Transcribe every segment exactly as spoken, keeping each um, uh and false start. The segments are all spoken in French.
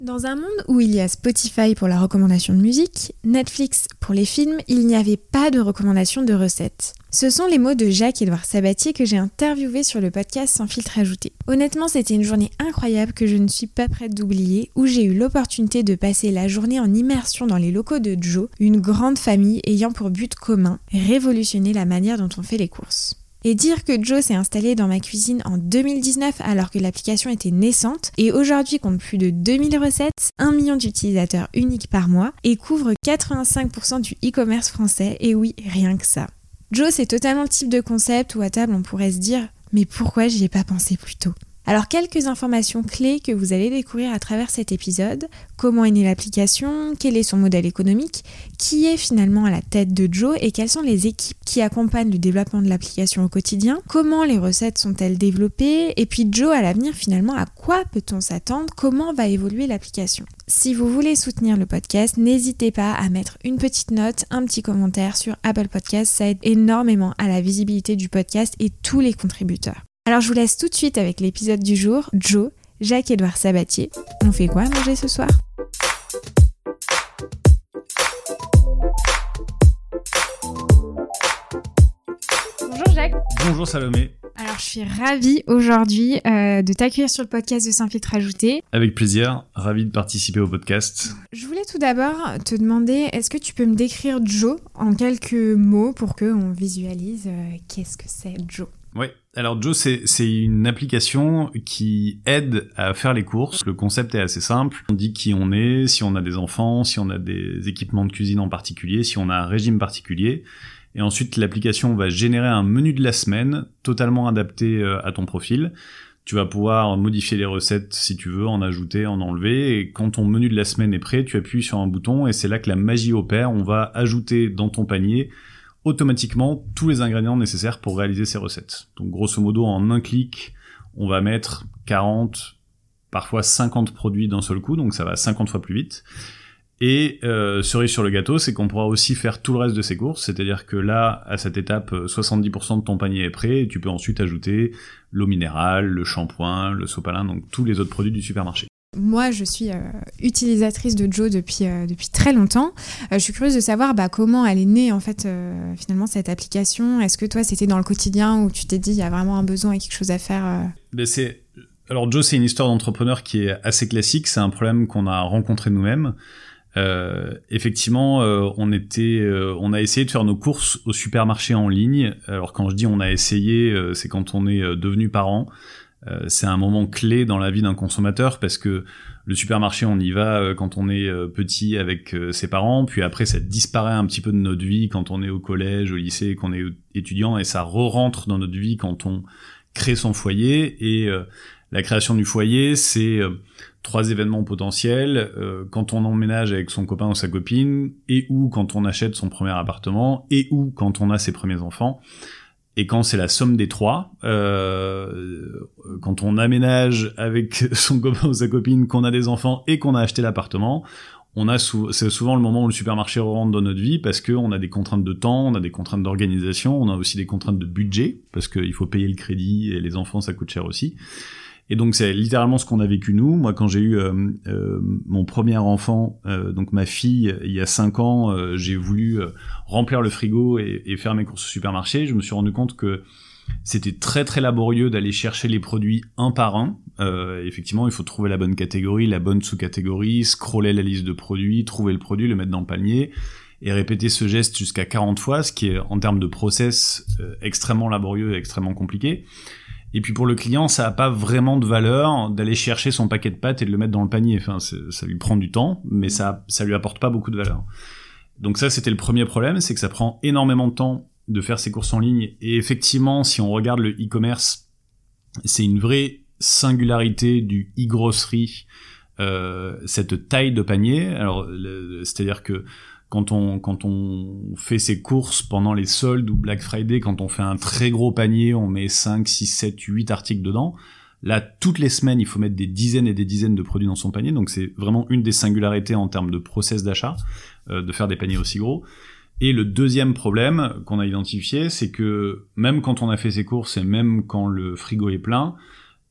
Dans un monde où il y a Spotify pour la recommandation de musique, Netflix pour les films, il n'y avait pas de recommandation de recettes. Ce sont les mots de Jacques-Édouard Sabatier que j'ai interviewé sur le podcast Sans filtre ajouté. Honnêtement, c'était une journée incroyable que je ne suis pas prête d'oublier, où j'ai eu l'opportunité de passer la journée en immersion dans les locaux de Joe, une grande famille ayant pour but commun, révolutionner la manière dont on fait les courses. Et dire que Joe s'est installé dans ma cuisine en deux mille dix-neuf alors que l'application était naissante et aujourd'hui compte plus de deux mille recettes, un million d'utilisateurs uniques par mois et couvre quatre-vingt-cinq pour cent du e-commerce français, et oui, rien que ça. Joe, c'est totalement le type de concept où à table on pourrait se dire « mais pourquoi j'y ai pas pensé plus tôt ?» Alors quelques informations clés que vous allez découvrir à travers cet épisode: comment est née l'application, quel est son modèle économique, qui est finalement à la tête de Joe et quelles sont les équipes qui accompagnent le développement de l'application au quotidien, comment les recettes sont-elles développées, et puis Joe à l'avenir finalement, à quoi peut-on s'attendre, comment va évoluer l'application. Si vous voulez soutenir le podcast, n'hésitez pas à mettre une petite note, un petit commentaire sur Apple Podcasts, ça aide énormément à la visibilité du podcast et tous les contributeurs. Alors je vous laisse tout de suite avec l'épisode du jour, Joe, Jacques-Édouard Sabatier. On fait quoi à manger ce soir ? Bonjour Jacques. Bonjour Salomé. Alors je suis ravie aujourd'hui euh, de t'accueillir sur le podcast de Sans filtre ajouté. Avec plaisir, ravi de participer au podcast. Je voulais tout d'abord te demander, est-ce que tu peux me décrire Joe en quelques mots pour qu'on visualise euh, qu'est-ce que c'est Joe ? Oui, alors Joe, c'est, c'est une application qui aide à faire les courses. Le concept est assez simple. On dit qui on est, si on a des enfants, si on a des équipements de cuisine en particulier, si on a un régime particulier. Et ensuite, l'application va générer un menu de la semaine totalement adapté à ton profil. Tu vas pouvoir modifier les recettes si tu veux, en ajouter, en enlever. Et quand ton menu de la semaine est prêt, tu appuies sur un bouton et c'est là que la magie opère. On va ajouter dans ton panier automatiquement tous les ingrédients nécessaires pour réaliser ces recettes. Donc grosso modo, en un clic, on va mettre quarante, parfois cinquante produits d'un seul coup, donc ça va cinquante fois plus vite. Et euh, cerise sur le gâteau, c'est qu'on pourra aussi faire tout le reste de ces courses, c'est-à-dire que là, à cette étape, soixante-dix pour cent de ton panier est prêt, et tu peux ensuite ajouter l'eau minérale, le shampoing, le sopalin, donc tous les autres produits du supermarché. Moi, je suis euh, utilisatrice de Joe depuis, euh, depuis très longtemps. Euh, je suis curieuse de savoir bah, comment elle est née, en fait, euh, finalement, cette application. Est-ce que toi, c'était dans le quotidien où tu t'es dit, il y a vraiment un besoin et quelque chose à faire euh... Ben c'est... Alors, Joe, c'est une histoire d'entrepreneur qui est assez classique. C'est un problème qu'on a rencontré nous-mêmes. Euh, effectivement, euh, on était, euh, on a essayé de faire nos courses au supermarché en ligne. Alors, quand je dis on a essayé, euh, c'est quand on est euh, devenu parent. Euh, c'est un moment clé dans la vie d'un consommateur parce que le supermarché, on y va euh, quand on est euh, petit avec euh, ses parents, puis après ça disparaît un petit peu de notre vie quand on est au collège, au lycée, qu'on est étudiant, et ça re-rentre dans notre vie quand on crée son foyer. Et euh, la création du foyer, c'est euh, trois événements potentiels, euh, quand on emménage avec son copain ou sa copine, et ou quand on achète son premier appartement, et ou quand on a ses premiers enfants. Et quand c'est la somme des trois, euh, quand on aménage avec son copain ou sa copine, qu'on a des enfants et qu'on a acheté l'appartement, on a sou- c'est souvent le moment où le supermarché rentre dans notre vie parce qu'on a des contraintes de temps, on a des contraintes d'organisation, on a aussi des contraintes de budget parce qu'il faut payer le crédit et les enfants ça coûte cher aussi. Et donc c'est littéralement ce qu'on a vécu nous. Moi, quand j'ai eu euh, euh, mon premier enfant, euh, donc ma fille, il y a cinq ans, euh, j'ai voulu euh, remplir le frigo et, et faire mes courses au supermarché. Je me suis rendu compte que c'était très très laborieux d'aller chercher les produits un par un. Euh, effectivement, il faut trouver la bonne catégorie, la bonne sous-catégorie, scroller la liste de produits, trouver le produit, le mettre dans le panier et répéter ce geste jusqu'à quarante fois, ce qui est en termes de process euh, extrêmement laborieux et extrêmement compliqué. Et puis pour le client, ça n'a pas vraiment de valeur d'aller chercher son paquet de pâtes et de le mettre dans le panier. Enfin, ça lui prend du temps, mais ça, ça lui apporte pas beaucoup de valeur. Donc ça, c'était le premier problème, c'est que ça prend énormément de temps de faire ses courses en ligne. Et effectivement, si on regarde le e-commerce, c'est une vraie singularité du e-grocery, euh, cette taille de panier. Alors, le, c'est-à-dire que Quand on, quand on fait ses courses pendant les soldes ou Black Friday, quand on fait un très gros panier, on met cinq, six, sept, huit articles dedans. Là, toutes les semaines, il faut mettre des dizaines et des dizaines de produits dans son panier. Donc, c'est vraiment une des singularités en termes de process d'achat, euh, de faire des paniers aussi gros. Et le deuxième problème qu'on a identifié, c'est que même quand on a fait ses courses et même quand le frigo est plein,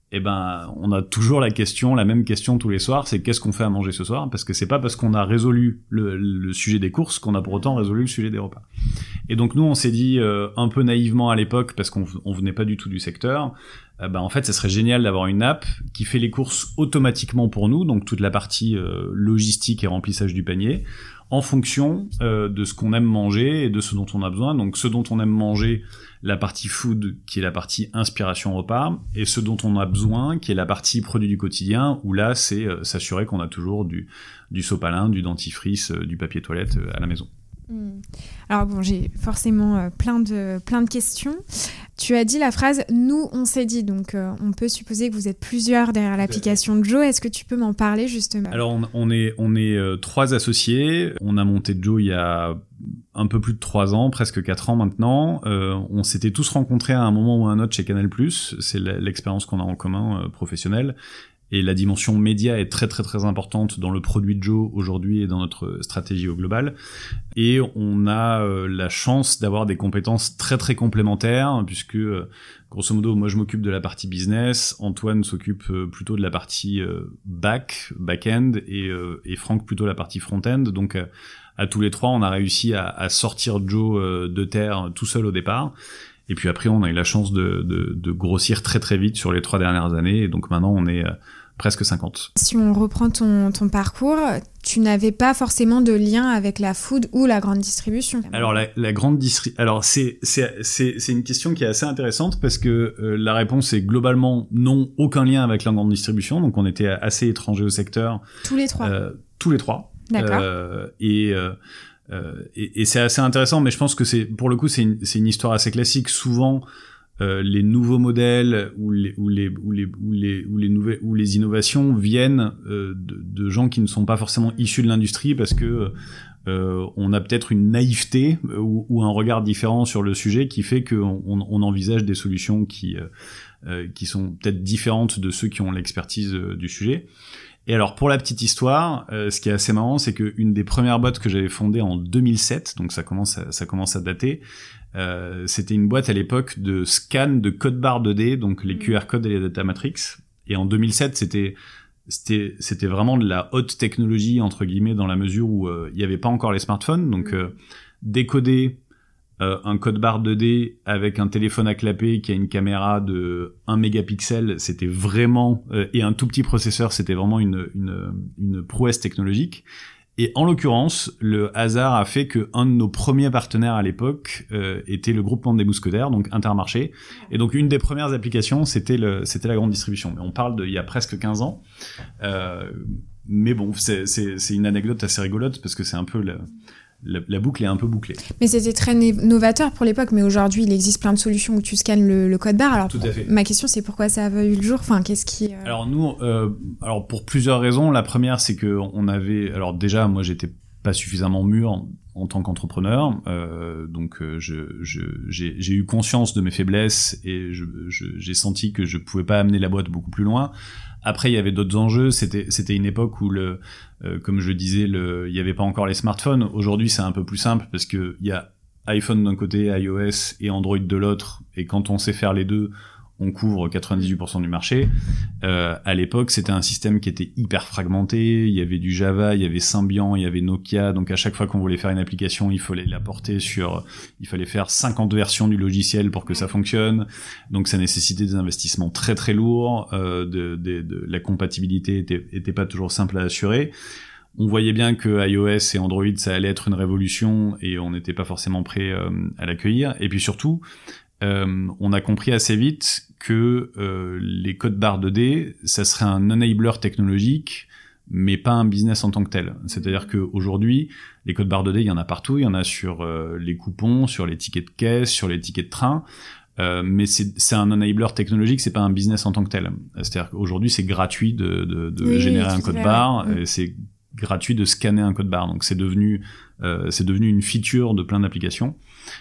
eh ben, on a toujours la question, la même question tous les soirs, c'est qu'est-ce qu'on fait à manger ce soir? Parce que c'est pas parce qu'on a résolu le, le sujet des courses qu'on a pour autant résolu le sujet des repas. Et donc nous, on s'est dit euh, un peu naïvement à l'époque, parce qu'on on venait pas du tout du secteur, euh, ben en fait, ça serait génial d'avoir une app qui fait les courses automatiquement pour nous, donc toute la partie euh, logistique et remplissage du panier, en fonction euh, de ce qu'on aime manger et de ce dont on a besoin. Donc ce dont on aime manger, la partie food qui est la partie inspiration repas, et ce dont on a besoin qui est la partie produit du quotidien, où là c'est euh, s'assurer qu'on a toujours du, du sopalin, du dentifrice, euh, du papier toilette euh, à la maison. Mmh. Alors bon, j'ai forcément euh, plein de, plein de questions. Tu as dit la phrase « nous, on s'est dit », donc euh, on peut supposer que vous êtes plusieurs derrière l'application de Joe. Est-ce que tu peux m'en parler justement? Alors on, on est, on est euh, trois associés, on a monté Joe il y a un peu plus de trois ans, presque quatre ans maintenant. Euh, on s'était tous rencontrés à un moment ou à un autre chez Canal+, c'est l'expérience qu'on a en commun euh, professionnelle. Et la dimension média est très très très importante dans le produit de Joe aujourd'hui et dans notre stratégie au global. Et on a euh, la chance d'avoir des compétences très très complémentaires, puisque euh, grosso modo, moi je m'occupe de la partie business, Antoine s'occupe euh, plutôt de la partie euh, back, back-end, et, euh, et Franck plutôt la partie front-end. Donc euh, à tous les trois, on a réussi à, à sortir Joe euh, de terre tout seul au départ. Et puis après, on a eu la chance de, de, de grossir très très vite sur les trois dernières années. Et donc maintenant, on est euh, presque cinquante. Si on reprend ton, ton parcours, tu n'avais pas forcément de lien avec la food ou la grande distribution. Alors la, la grande distribution, alors c'est c'est c'est c'est une question qui est assez intéressante parce que euh, la réponse est globalement non, aucun lien avec la grande distribution. Donc on était assez étrangers au secteur. Tous les trois. Euh, tous les trois. D'accord. Euh, et euh, Euh, et, et c'est assez intéressant, mais je pense que c'est, pour le coup, c'est une, c'est une histoire assez classique. Souvent, euh, les nouveaux modèles ou les ou les ou les ou les ou les nouvelles ou les innovations viennent euh, de, de gens qui ne sont pas forcément issus de l'industrie, parce que euh, on a peut-être une naïveté ou, ou un regard différent sur le sujet qui fait qu'on on, on envisage des solutions qui euh, qui sont peut-être différentes de ceux qui ont l'expertise euh, du sujet. Et alors, pour la petite histoire, euh, ce qui est assez marrant, c'est qu'une des premières boîtes que j'avais fondées en deux mille sept, donc ça commence à, ça commence à dater, euh, c'était une boîte à l'époque de scan de code barre deux D, donc les Q R codes et les data matrix. Et en deux mille sept, c'était c'était c'était vraiment de la haute technologie, entre guillemets, dans la mesure où euh, il n'y avait pas encore les smartphones. Donc, euh, décoder Euh, un code barre deux D avec un téléphone à clapper qui a une caméra de un mégapixel, c'était vraiment euh, et un tout petit processeur, c'était vraiment une une une prouesse technologique. Et en l'occurrence, le hasard a fait que un de nos premiers partenaires à l'époque euh, était le groupement des Mousquetaires, donc Intermarché. Et donc une des premières applications, c'était le c'était la grande distribution. Mais on parle de il y a presque quinze ans. Euh, mais bon, c'est c'est c'est une anecdote assez rigolote parce que c'est un peu le La, la boucle est un peu bouclée. Mais c'était très novateur pour l'époque, mais aujourd'hui il existe plein de solutions où tu scannes le, le code barre. Alors Tout à fait. Ma question c'est pourquoi ça a eu le jour, enfin qu'est-ce qui... Euh... Alors nous, euh, alors pour plusieurs raisons. La première, c'est que on avait, alors déjà moi j'étais pas suffisamment mûr en, en tant qu'entrepreneur, euh, donc euh, je, je, j'ai, j'ai eu conscience de mes faiblesses et je, je, j'ai senti que je pouvais pas amener la boîte beaucoup plus loin. Après, il y avait d'autres enjeux. C'était, c'était une époque où le, euh, comme je le disais, le, il y avait pas encore les smartphones. Aujourd'hui, c'est un peu plus simple parce que il y a iPhone d'un côté, iOS et Android de l'autre. Et quand on sait faire les deux, on couvre quatre-vingt-dix-huit pour cent du marché. Euh, à l'époque, c'était un système qui était hyper fragmenté. Il y avait du Java, il y avait Symbian, il y avait Nokia. Donc à chaque fois qu'on voulait faire une application, il fallait la porter sur, il fallait faire cinquante versions du logiciel pour que ça fonctionne. Donc ça nécessitait des investissements très très lourds. Euh, de, de, de, la compatibilité était, était pas toujours simple à assurer. On voyait bien que iOS et Android, ça allait être une révolution et on n'était pas forcément prêt euh, à l'accueillir. Et puis surtout, Euh, on a compris assez vite que euh, les codes barres deux D, ça serait un enabler technologique, mais pas un business en tant que tel. C'est-à-dire qu'aujourd'hui, les codes barres deux D, il y en a partout, il y en a sur euh, les coupons, sur les tickets de caisse, sur les tickets de train, euh, mais c'est, c'est un enabler technologique, c'est pas un business en tant que tel. C'est-à-dire qu'aujourd'hui, c'est gratuit de, de, de oui, générer un code barre, oui. C'est gratuit de scanner un code barre, donc c'est devenu euh, c'est devenu une feature de plein d'applications.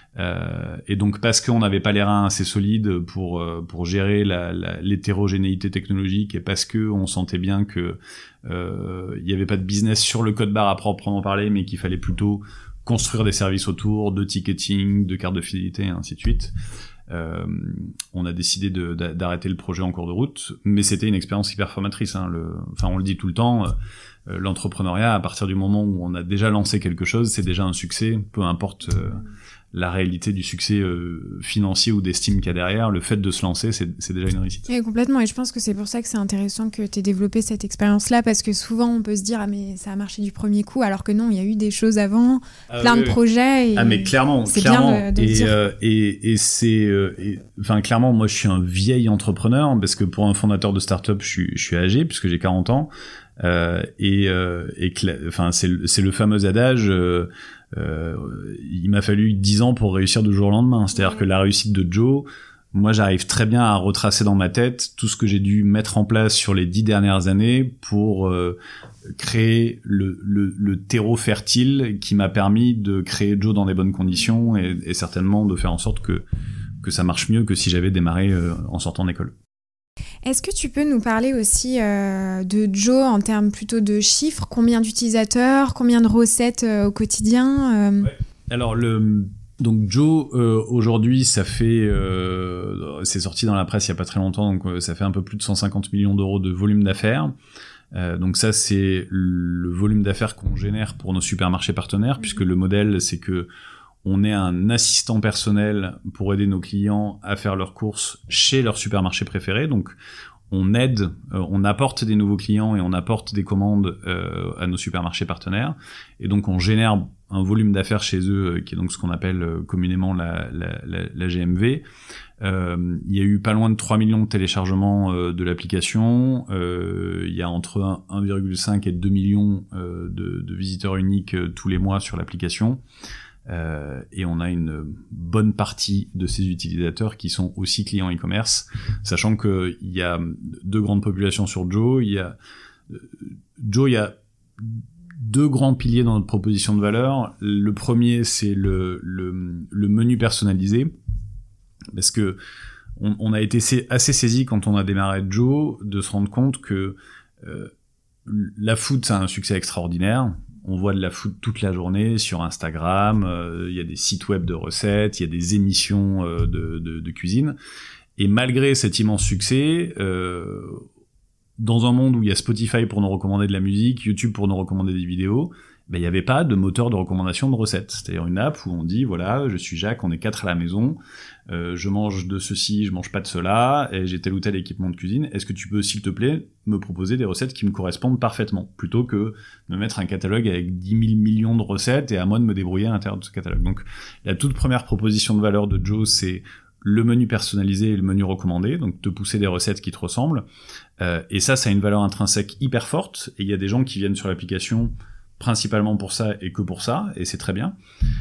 Euh, et donc parce qu'on n'avait pas les reins assez solides pour euh, pour gérer la, la, l'hétérogénéité technologique et parce que on sentait bien que euh, il y avait pas de business sur le code barre à proprement parler, mais qu'il fallait plutôt construire des services autour, de ticketing, de carte de fidélité et ainsi de suite. euh, on a décidé de, d'arrêter le projet en cours de route, mais c'était une expérience hyper formatrice. Hein, le, enfin, on le dit tout le temps, euh, l'entrepreneuriat, à partir du moment où on a déjà lancé quelque chose, c'est déjà un succès, peu importe euh, la réalité du succès euh, financier ou d'estime qu'il y a derrière, le fait de se lancer, c'est, c'est déjà une réussite. Et complètement, et je pense que c'est pour ça que c'est intéressant que tu aies développé cette expérience-là, parce que souvent on peut se dire « Ah mais ça a marché du premier coup », alors que non, il y a eu des choses avant, ah, plein oui, de oui. projets, et ah mais clairement, c'est clairement. bien de, de et, le dire. Euh, et, et c'est... Euh, et, enfin, clairement, moi je suis un vieil entrepreneur, parce que pour un fondateur de start-up, je suis, je suis âgé, puisque j'ai quarante ans, euh, et, euh, et enfin, c'est, c'est le fameux adage... Euh, Euh, il m'a fallu dix ans pour réussir du jour au lendemain. C'est-à-dire que la réussite de Joe, moi j'arrive très bien à retracer dans ma tête tout ce que j'ai dû mettre en place sur les dix dernières années pour euh, créer le, le, le terreau fertile qui m'a permis de créer Joe dans des bonnes conditions et, et certainement de faire en sorte que, que ça marche mieux que si j'avais démarré euh, en sortant d'école. Est-ce que tu peux nous parler aussi euh, de Joe en termes plutôt de chiffres? Combien d'utilisateurs? Combien de recettes euh, au quotidien euh... ouais. Alors, le, donc Joe, euh, aujourd'hui, ça fait... Euh, c'est sorti dans la presse il n'y a pas très longtemps, donc euh, ça fait un peu plus de cent cinquante millions d'euros de volume d'affaires. Euh, donc ça, c'est le volume d'affaires qu'on génère pour nos supermarchés partenaires, mmh. puisque le modèle, c'est que on est un assistant personnel pour aider nos clients à faire leurs courses chez leur supermarché préféré. Donc, on aide, euh, on apporte des nouveaux clients et on apporte des commandes euh, à nos supermarchés partenaires. Et donc, on génère un volume d'affaires chez eux, euh, qui est donc ce qu'on appelle euh, communément la, la, la, la G M V. Euh, il y a eu pas loin de trois millions de téléchargements euh, de l'application. Euh, il y a entre un virgule cinq et deux millions euh, de, de visiteurs uniques euh, tous les mois sur l'application. Euh, et on a une bonne partie de ces utilisateurs qui sont aussi clients e-commerce, sachant qu'il y a deux grandes populations sur Joe. Il y a Joe, il y a deux grands piliers dans notre proposition de valeur. Le premier, c'est le, le, le menu personnalisé, parce que on, on a été assez saisi quand on a démarré Joe de se rendre compte que euh, la food, c'est un succès extraordinaire. On voit de la food toute la journée sur Instagram, il euh, y a des sites web de recettes, il y a des émissions euh, de, de, de cuisine. Et malgré cet immense succès, euh, dans un monde où il y a Spotify pour nous recommander de la musique, YouTube pour nous recommander des vidéos, ben, il n'y avait pas de moteur de recommandation de recettes. C'est-à-dire une app où on dit, voilà, je suis Jacques, on est quatre à la maison, euh, je mange de ceci, je mange pas de cela, et j'ai tel ou tel équipement de cuisine. Est-ce que tu peux, s'il te plaît, me proposer des recettes qui me correspondent parfaitement, plutôt que de me mettre un catalogue avec dix mille millions de recettes et à moi de me débrouiller à l'intérieur de ce catalogue. Donc, la toute première proposition de valeur de Joe, c'est le menu personnalisé et le menu recommandé, donc te pousser des recettes qui te ressemblent. Euh, et ça, ça a une valeur intrinsèque hyper forte, et il y a des gens qui viennent sur l'application principalement pour ça et que pour ça, et c'est très bien.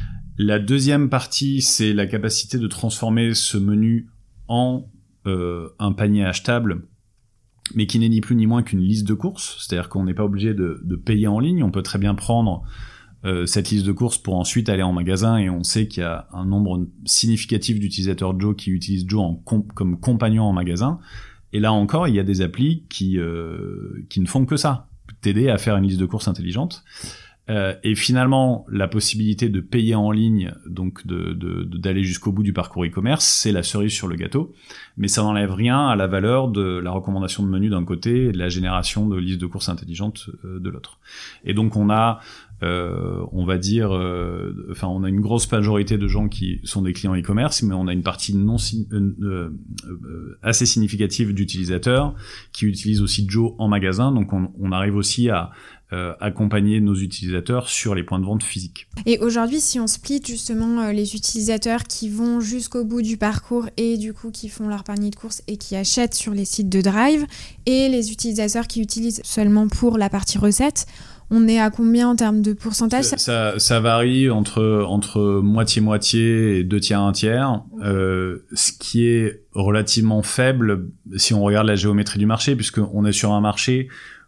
La deuxième partie, c'est la capacité de transformer ce menu en euh, un panier achetable, mais qui n'est ni plus ni moins qu'une liste de courses, c'est-à-dire qu'on n'est pas obligé de, de payer en ligne, on peut très bien prendre euh, cette liste de courses pour ensuite aller en magasin, et on sait qu'il y a un nombre significatif d'utilisateurs Joe qui utilisent Joe en com- comme compagnon en magasin, et là encore, il y a des applis qui, euh, qui ne font que ça, t'aider à faire une liste de courses intelligente. Euh, et finalement, la possibilité de payer en ligne, donc de, de, de, d'aller jusqu'au bout du parcours e-commerce, c'est la cerise sur le gâteau, mais ça n'enlève rien à la valeur de la recommandation de menu d'un côté et de la génération de listes de courses intelligentes euh, de l'autre. Et donc on a, euh, on va dire, euh, enfin on a une grosse majorité de gens qui sont des clients e-commerce, mais on a une partie non euh, euh, euh, assez significative d'utilisateurs qui utilisent aussi Joe en magasin, donc on, on arrive aussi à Euh, accompagner nos utilisateurs sur les points de vente physiques. Et aujourd'hui, si on split justement euh, les utilisateurs qui vont jusqu'au bout du parcours et du coup qui font leur panier de courses et qui achètent sur les sites de Drive, et les utilisateurs qui utilisent seulement pour la partie recette, on est à combien en termes de pourcentage? ça, ça, ça varie entre, entre moitié-moitié et deux tiers, un tiers, euh, ce qui est relativement faible si on regarde la géométrie du marché, puisqu'on est sur un marché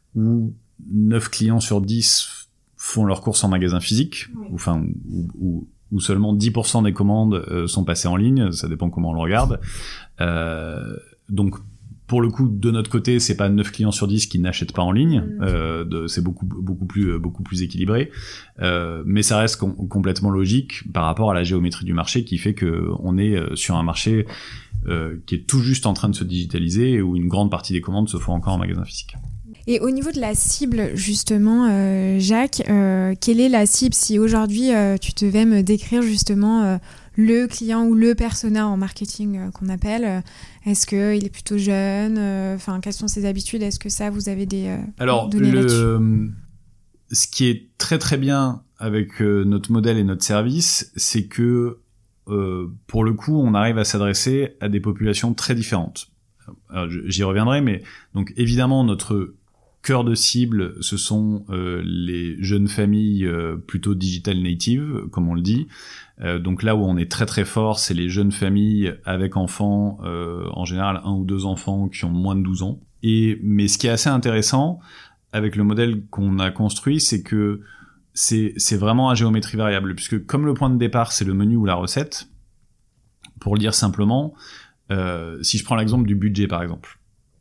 où neuf clients sur dix font leurs courses en magasin physique, oui. ou, enfin, ou, ou, ou seulement dix pour cent des commandes euh, sont passées en ligne, ça dépend comment on le regarde. Euh, donc, pour le coup, de notre côté, c'est pas neuf clients sur dix qui n'achètent pas en ligne. Mmh. Euh, de, c'est beaucoup, beaucoup plus, beaucoup plus équilibré. Euh, mais ça reste com- complètement logique par rapport à la géométrie du marché qui fait que on est sur un marché euh, qui est tout juste en train de se digitaliser et où une grande partie des commandes se font encore en magasin physique. Et au niveau de la cible, justement, euh, Jacques, euh, quelle est la cible si aujourd'hui euh, tu devais me décrire justement euh, le client ou le persona en marketing euh, qu'on appelle euh, est-ce qu'il est plutôt jeune enfin, euh, quelles sont ses habitudes? Est-ce que ça, vous avez des euh, Alors, données le... là-dessus? Ce qui est très très bien avec euh, notre modèle et notre service, c'est que euh, pour le coup, on arrive à s'adresser à des populations très différentes. Alors, j'y reviendrai, mais donc évidemment, notre cœur de cible, ce sont euh, les jeunes familles euh, plutôt digital native, comme on le dit. Euh, donc là où on est très très fort, c'est les jeunes familles avec enfants, euh, en général un ou deux enfants qui ont moins de douze ans. Et mais ce qui est assez intéressant avec le modèle qu'on a construit, c'est que c'est c'est vraiment à géométrie variable, puisque comme le point de départ c'est le menu ou la recette, pour le dire simplement, euh, si je prends l'exemple du budget par exemple.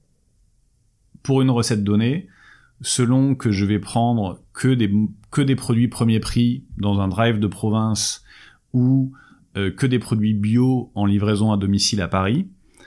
Pour une recette donnée, selon que je vais prendre que des, que des produits premier prix dans un drive de province ou euh, que des produits bio en livraison à domicile à Paris,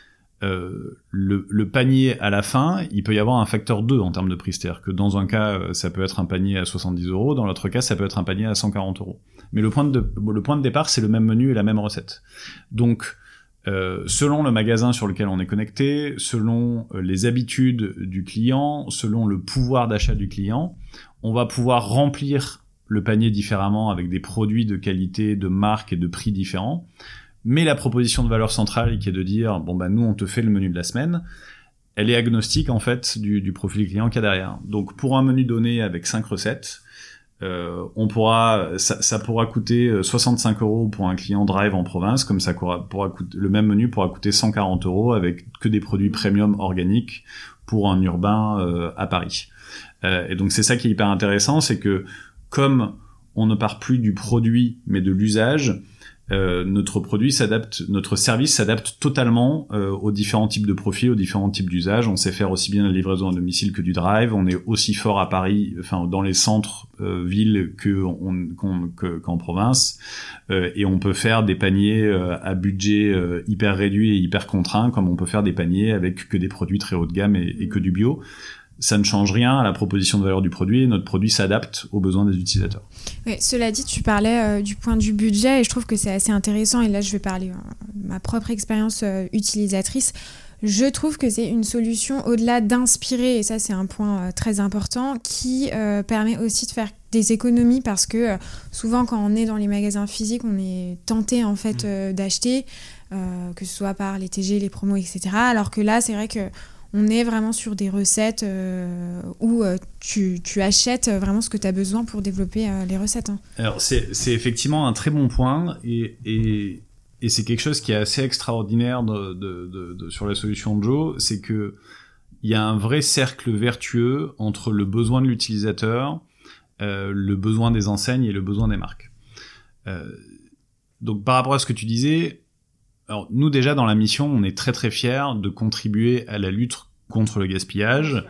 euh, le, le panier à la fin, il peut y avoir un facteur deux en termes de prix. C'est-à-dire que dans un cas, ça peut être un panier à soixante-dix euros, dans l'autre cas, ça peut être un panier à cent quarante euros. Mais le point de, le point de départ, c'est le même menu et la même recette. Donc, Euh, selon le magasin sur lequel on est connecté, selon euh, les habitudes du client, selon le pouvoir d'achat du client, on va pouvoir remplir le panier différemment avec des produits de qualité, de marque et de prix différents. Mais la proposition de valeur centrale qui est de dire bon bah nous on te fait le menu de la semaine, elle est agnostique en fait du, du profil client qu'il y a derrière. Donc pour un menu donné avec cinq recettes, Euh, on pourra, ça, ça pourra coûter soixante-cinq euros pour un client drive en province, comme ça pourra, pourra coûter, le même menu pourra coûter cent quarante euros avec que des produits premium organiques pour un urbain euh, à Paris. Euh, et donc c'est ça qui est hyper intéressant, c'est que comme on ne part plus du produit mais de l'usage, euh, notre produit s'adapte, notre service s'adapte totalement euh, aux différents types de profils, aux différents types d'usages. On sait faire aussi bien la livraison à domicile que du drive. On est aussi fort à Paris, enfin dans les centres euh, villes que on, qu'on, que, qu'en province, euh, et on peut faire des paniers euh, à budget euh, hyper réduit et hyper contraint, comme on peut faire des paniers avec que des produits très haut de gamme et, et que du bio. Ça ne change rien à la proposition de valeur du produit et notre produit s'adapte aux besoins des utilisateurs. Oui, cela dit, tu parlais euh, du point de vue budget et je trouve que c'est assez intéressant et là je vais parler euh, de ma propre expérience euh, utilisatrice. Je trouve que c'est une solution au-delà d'inspirer, et ça c'est un point euh, très important, qui euh, permet aussi de faire des économies parce que euh, souvent quand on est dans les magasins physiques, on est tenté en fait euh, d'acheter, euh, que ce soit par les T G, les promos, et cetera. Alors que là, c'est vrai que on est vraiment sur des recettes euh, où euh, tu, tu achètes vraiment ce que tu as besoin pour développer euh, les recettes. Hein. Alors, c'est, c'est effectivement un très bon point et, et, et c'est quelque chose qui est assez extraordinaire de, de, de, de, sur la solution de Joe, c'est que il y a un vrai cercle vertueux entre le besoin de l'utilisateur, euh, le besoin des enseignes et le besoin des marques. Euh, donc, par rapport à ce que tu disais, alors nous déjà dans la mission, on est très très fiers de contribuer à la lutte contre le gaspillage.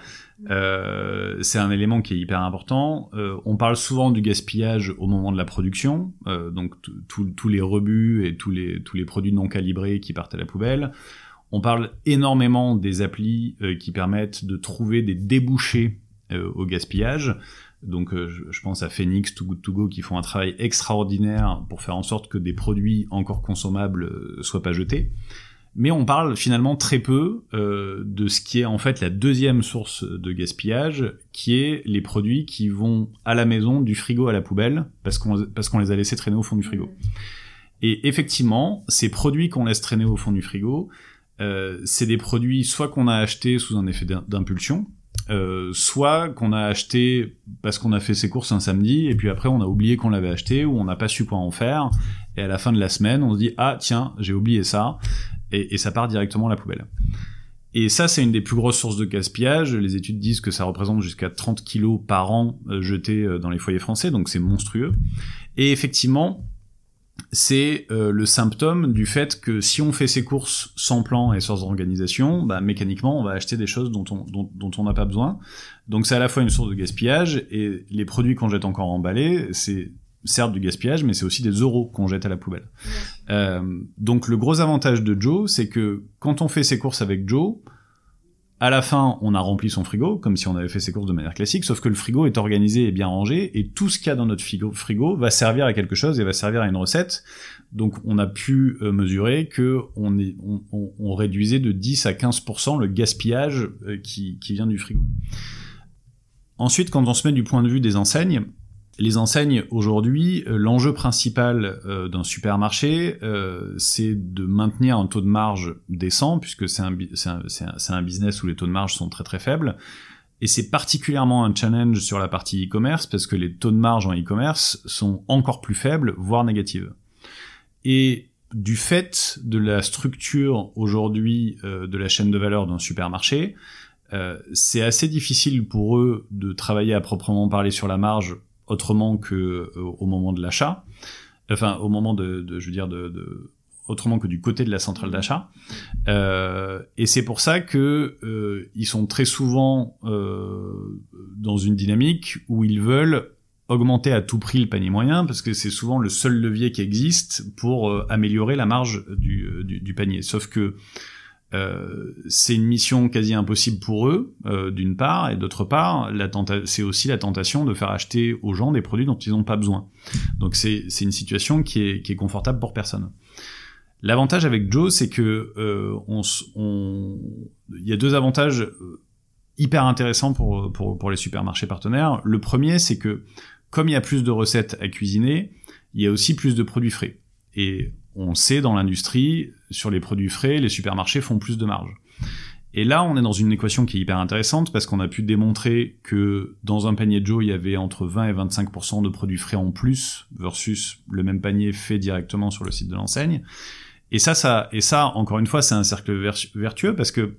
Euh, c'est un élément qui est hyper important. Euh, on parle souvent du gaspillage au moment de la production, euh, donc tous les rebuts et tous les tous les produits non calibrés qui partent à la poubelle. On parle énormément des applis euh, qui permettent de trouver des débouchés euh, au gaspillage. Donc euh, je, je pense à Phoenix, Too Good To Go qui font un travail extraordinaire pour faire en sorte que des produits encore consommables euh, soient pas jetés. Mais on parle finalement très peu euh, de ce qui est en fait la deuxième source de gaspillage, qui est les produits qui vont à la maison du frigo à la poubelle parce qu'on parce qu'on les a laissés traîner au fond du frigo. Et effectivement, ces produits qu'on laisse traîner au fond du frigo, euh, c'est des produits soit qu'on a achetés sous un effet d'impulsion, Euh, soit qu'on a acheté parce qu'on a fait ses courses un samedi et puis après on a oublié qu'on l'avait acheté ou on n'a pas su quoi en faire et à la fin de la semaine on se dit ah tiens j'ai oublié ça et, et ça part directement à la poubelle. Et ça c'est une des plus grosses sources de gaspillage. Les études disent que ça représente jusqu'à trente kilos par an euh, jetés euh, dans les foyers français, donc c'est monstrueux. Et effectivement c'est euh, le symptôme du fait que si on fait ses courses sans plan et sans organisation, bah, mécaniquement, on va acheter des choses dont on dont, dont on n'a pas besoin. Donc c'est à la fois une source de gaspillage, et les produits qu'on jette encore emballés, c'est certes du gaspillage, mais c'est aussi des euros qu'on jette à la poubelle. Ouais. Euh, donc le gros avantage de Joe, c'est que quand on fait ses courses avec Joe, à la fin, on a rempli son frigo, comme si on avait fait ses courses de manière classique, sauf que le frigo est organisé et bien rangé, et tout ce qu'il y a dans notre frigo, frigo va servir à quelque chose et va servir à une recette. Donc on a pu euh, mesurer que on, est, on, on, on réduisait de dix à quinze pour cent le gaspillage euh, qui, qui vient du frigo. Ensuite, quand on se met du point de vue des enseignes, les enseignes, aujourd'hui, euh, l'enjeu principal euh, d'un supermarché, euh, c'est de maintenir un taux de marge décent, puisque c'est un, c'est, un, c'est, un, c'est un business où les taux de marge sont très très faibles. Et c'est particulièrement un challenge sur la partie e-commerce, parce que les taux de marge en e-commerce sont encore plus faibles, voire négatifs. Et du fait de la structure aujourd'hui euh, de la chaîne de valeur d'un supermarché, euh, c'est assez difficile pour eux de travailler à proprement parler sur la marge autrement que euh, au moment de l'achat, enfin au moment de, de je veux dire de, de autrement que du côté de la centrale d'achat, euh, et c'est pour ça que euh, ils sont très souvent euh, dans une dynamique où ils veulent augmenter à tout prix le panier moyen, parce que c'est souvent le seul levier qui existe pour euh, améliorer la marge du, du, du panier. Sauf que Euh, c'est une mission quasi impossible pour eux, euh, d'une part, et d'autre part, la tenta- c'est aussi la tentation de faire acheter aux gens des produits dont ils n'ont pas besoin. Donc c'est, c'est une situation qui est, qui est confortable pour personne. L'avantage avec Joe, c'est que euh, on, on, il y a deux avantages hyper intéressants pour, pour, pour les supermarchés partenaires. Le premier, c'est que comme il y a plus de recettes à cuisiner, il y a aussi plus de produits frais. Et on sait dans l'industrie, sur les produits frais, les supermarchés font plus de marge. Et là, on est dans une équation qui est hyper intéressante, parce qu'on a pu démontrer que dans un panier Joe, il y avait entre vingt et vingt-cinq pour cent de produits frais en plus, versus le même panier fait directement sur le site de l'enseigne. Et ça, ça, et ça, encore une fois, c'est un cercle vertueux, parce que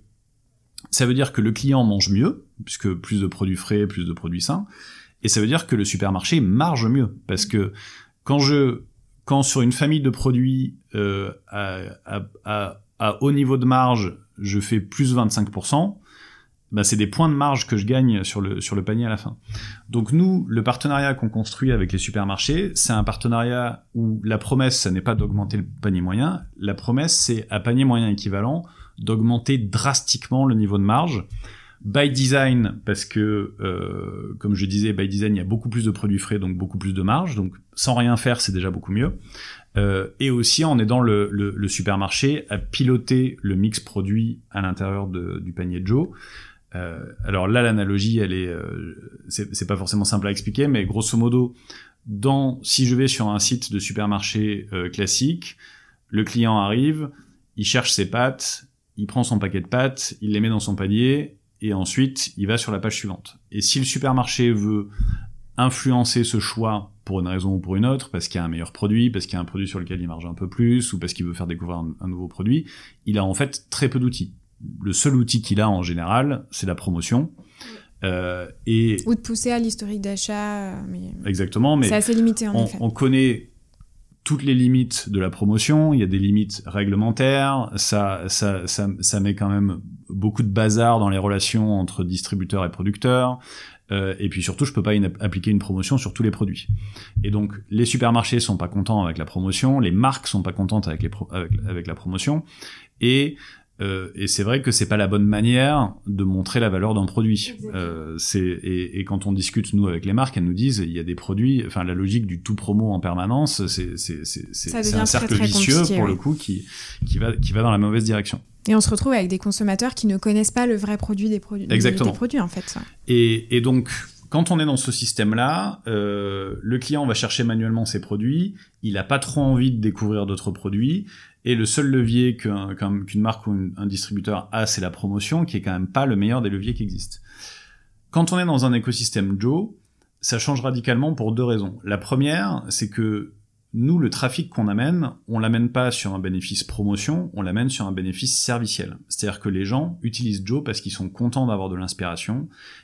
ça veut dire que le client mange mieux, puisque plus de produits frais, plus de produits sains, et ça veut dire que le supermarché marge mieux, parce que quand je Quand sur une famille de produits euh, à, à, à, à haut niveau de marge, je fais plus vingt-cinq pour cent, bah c'est des points de marge que je gagne sur le, sur le panier à la fin. Donc nous, le partenariat qu'on construit avec les supermarchés, c'est un partenariat où la promesse, ça n'est pas d'augmenter le panier moyen, la promesse, c'est à panier moyen équivalent, d'augmenter drastiquement le niveau de marge. By design, parce que, euh, comme je disais, by design, il y a beaucoup plus de produits frais, donc beaucoup plus de marge, donc sans rien faire, c'est déjà beaucoup mieux. Euh, et aussi en aidant le, le, le supermarché à piloter le mix produit à l'intérieur de, du panier Joe. Euh, alors là, l'analogie, elle est, euh, c'est, c'est pas forcément simple à expliquer, mais grosso modo, dans, si je vais sur un site de supermarché euh, classique, le client arrive, il cherche ses pâtes, il prend son paquet de pâtes, il les met dans son panier, et ensuite, il va sur la page suivante. Et si le supermarché veut influencer ce choix pour une raison ou pour une autre, parce qu'il y a un meilleur produit, parce qu'il y a un produit sur lequel il marge un peu plus, ou parce qu'il veut faire découvrir un, un nouveau produit, il a en fait très peu d'outils. Le seul outil qu'il a en général, c'est la promotion. Euh, et ou de pousser à l'historique d'achat. Mais... Exactement, mais c'est assez limité en on, effet. On connaît toutes les limites de la promotion, il y a des limites réglementaires, ça, ça, ça, ça met quand même beaucoup de bazar dans les relations entre distributeurs et producteurs, euh, et puis surtout, je peux pas une, appliquer une promotion sur tous les produits. Et donc, les supermarchés sont pas contents avec la promotion, les marques sont pas contentes avec, les pro- avec, avec la promotion, et Euh, et c'est vrai que c'est pas la bonne manière de montrer la valeur d'un produit. Euh, c'est et, et quand on discute nous avec les marques, elles nous disent il y a des produits, enfin la logique du tout promo en permanence, c'est c'est c'est c'est, c'est un cercle très, très vicieux pour oui. le coup qui qui va qui va dans la mauvaise direction. Et on se retrouve avec des consommateurs qui ne connaissent pas le vrai produit des produits. Exactement. Des produits en fait. Et et donc quand on est dans ce système-là, euh, le client va chercher manuellement ses produits, il a pas trop envie de découvrir d'autres produits. Et le seul levier qu'un, qu'un, qu'une marque ou une, un distributeur a, c'est la promotion, qui est quand même pas le meilleur des leviers qui existent. Quand on est dans un écosystème Joe, ça change radicalement pour deux raisons. La première, c'est que nous, le trafic qu'on amène, on l'amène pas sur un bénéfice promotion, on l'amène sur un bénéfice serviciel. C'est-à-dire que les gens utilisent Joe parce qu'ils sont contents d'avoir de l'inspiration,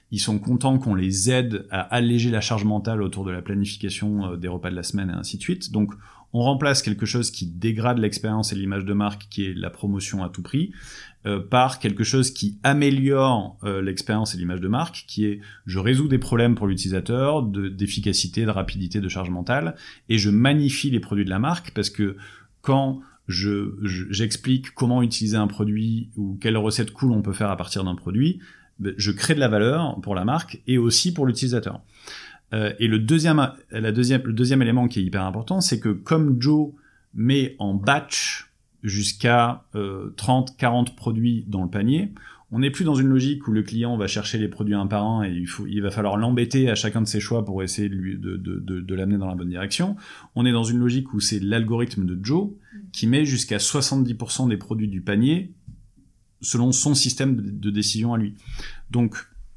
ils sont contents qu'on les aide à alléger la charge mentale autour de la planification des repas de la semaine et ainsi de suite. Donc, on remplace quelque chose qui dégrade l'expérience et l'image de marque, qui est la promotion à tout prix, euh, par quelque chose qui améliore euh, l'expérience et l'image de marque, qui est je résous des problèmes pour l'utilisateur, de, d'efficacité, de rapidité, de charge mentale, et je magnifie les produits de la marque, parce que quand je, je, j'explique comment utiliser un produit ou quelle recette cool on peut faire à partir d'un produit, je crée de la valeur pour la marque et aussi pour l'utilisateur. Euh, et le deuxième, la deuxième, le deuxième élément qui est hyper important, c'est que comme Joe met en batch jusqu'à euh, trente, quarante produits dans le panier, on n'est plus dans une logique où le client va chercher les produits un par un et il, faut, il va falloir l'embêter à chacun de ses choix pour essayer de, lui, de, de, de, de l'amener dans la bonne direction. On est dans une logique où c'est l'algorithme de Joe qui met jusqu'à soixante-dix pour cent des produits du panier selon son système de, de décision à lui. Donc,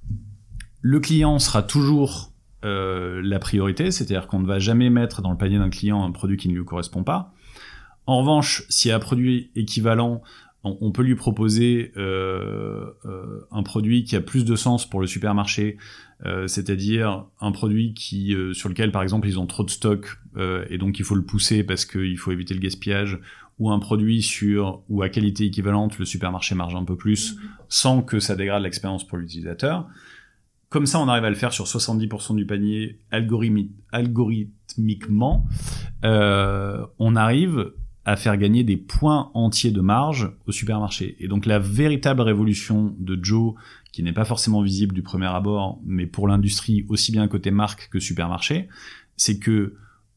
le client sera toujours euh, la priorité, c'est-à-dire qu'on ne va jamais mettre dans le panier d'un client un produit qui ne lui correspond pas. En revanche, s'il y a un produit équivalent, on, on peut lui proposer euh, euh, un produit qui a plus de sens pour le supermarché, euh, c'est-à-dire un produit qui, euh, sur lequel, par exemple, ils ont trop de stock euh, et donc il faut le pousser parce qu'il faut éviter le gaspillage, ou un produit sur ou à qualité équivalente, le supermarché marge un peu plus, sans que ça dégrade l'expérience pour l'utilisateur. Comme ça, on arrive à le faire sur soixante-dix pour cent du panier algorithmi- algorithmiquement. Euh, on arrive à faire gagner des points entiers de marge au supermarché. Et donc la véritable révolution de Joe, qui n'est pas forcément visible du premier abord, mais pour l'industrie aussi bien côté marque que supermarché, c'est que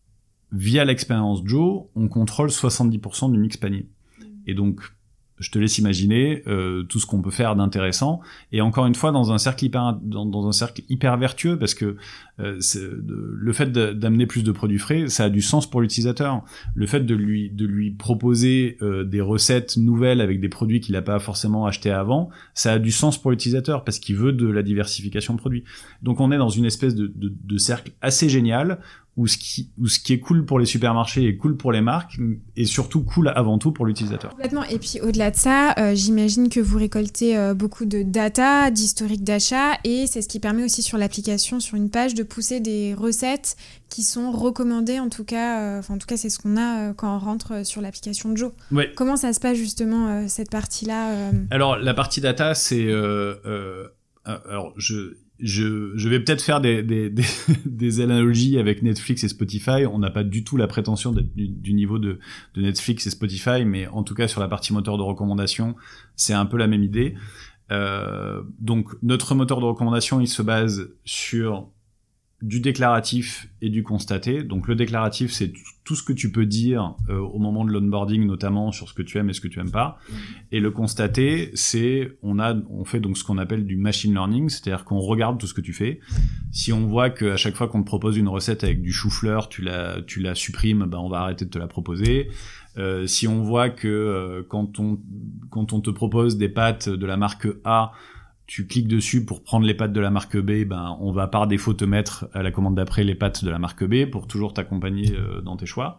via l'expérience Joe, on contrôle soixante-dix pour cent du mix panier. Et donc, je te laisse imaginer euh, tout ce qu'on peut faire d'intéressant. Et encore une fois, dans un cercle hyper, dans, dans un cercle hyper vertueux, parce que euh, c'est, de, le fait de, d'amener plus de produits frais, ça a du sens pour l'utilisateur. Le fait de lui, de lui proposer euh, des recettes nouvelles avec des produits qu'il n'a pas forcément achetés avant, ça a du sens pour l'utilisateur, parce qu'il veut de la diversification de produits. Donc on est dans une espèce de, de, de cercle assez génial, où ce qui, où ce qui est cool pour les supermarchés est cool pour les marques, et surtout cool avant tout pour l'utilisateur. Complètement. Et puis au-delà de ça, euh, j'imagine que vous récoltez euh, beaucoup de data, d'historique d'achat, et c'est ce qui permet aussi sur l'application, sur une page, de pousser des recettes qui sont recommandées, en tout cas, enfin euh, en tout cas c'est ce qu'on a euh, quand on rentre euh, sur l'application de Joe. Ouais. Comment ça se passe justement euh, cette partie-là euh... Alors la partie data, c'est euh, euh, alors je Je, je vais peut-être faire des, des, des, des analogies avec Netflix et Spotify. On n'a pas du tout la prétention d'être du, du niveau de, de Netflix et Spotify, mais en tout cas sur la partie moteur de recommandation, c'est un peu la même idée. Euh, donc notre moteur de recommandation, il se base sur du déclaratif et du constaté. Donc le déclaratif, c'est t- tout ce que tu peux dire euh, au moment de l'onboarding, notamment sur ce que tu aimes et ce que tu aimes pas. Mmh. Et le constaté, c'est on a on fait donc ce qu'on appelle du machine learning, c'est-à-dire qu'on regarde tout ce que tu fais. Si on voit que à chaque fois qu'on te propose une recette avec du chou-fleur, tu la tu la supprimes, ben on va arrêter de te la proposer. Euh, si on voit que euh, quand on quand on te propose des pâtes de la marque A, tu cliques dessus pour prendre les pâtes de la marque B, ben on va par défaut te mettre à la commande d'après les pâtes de la marque B pour toujours t'accompagner euh, dans tes choix.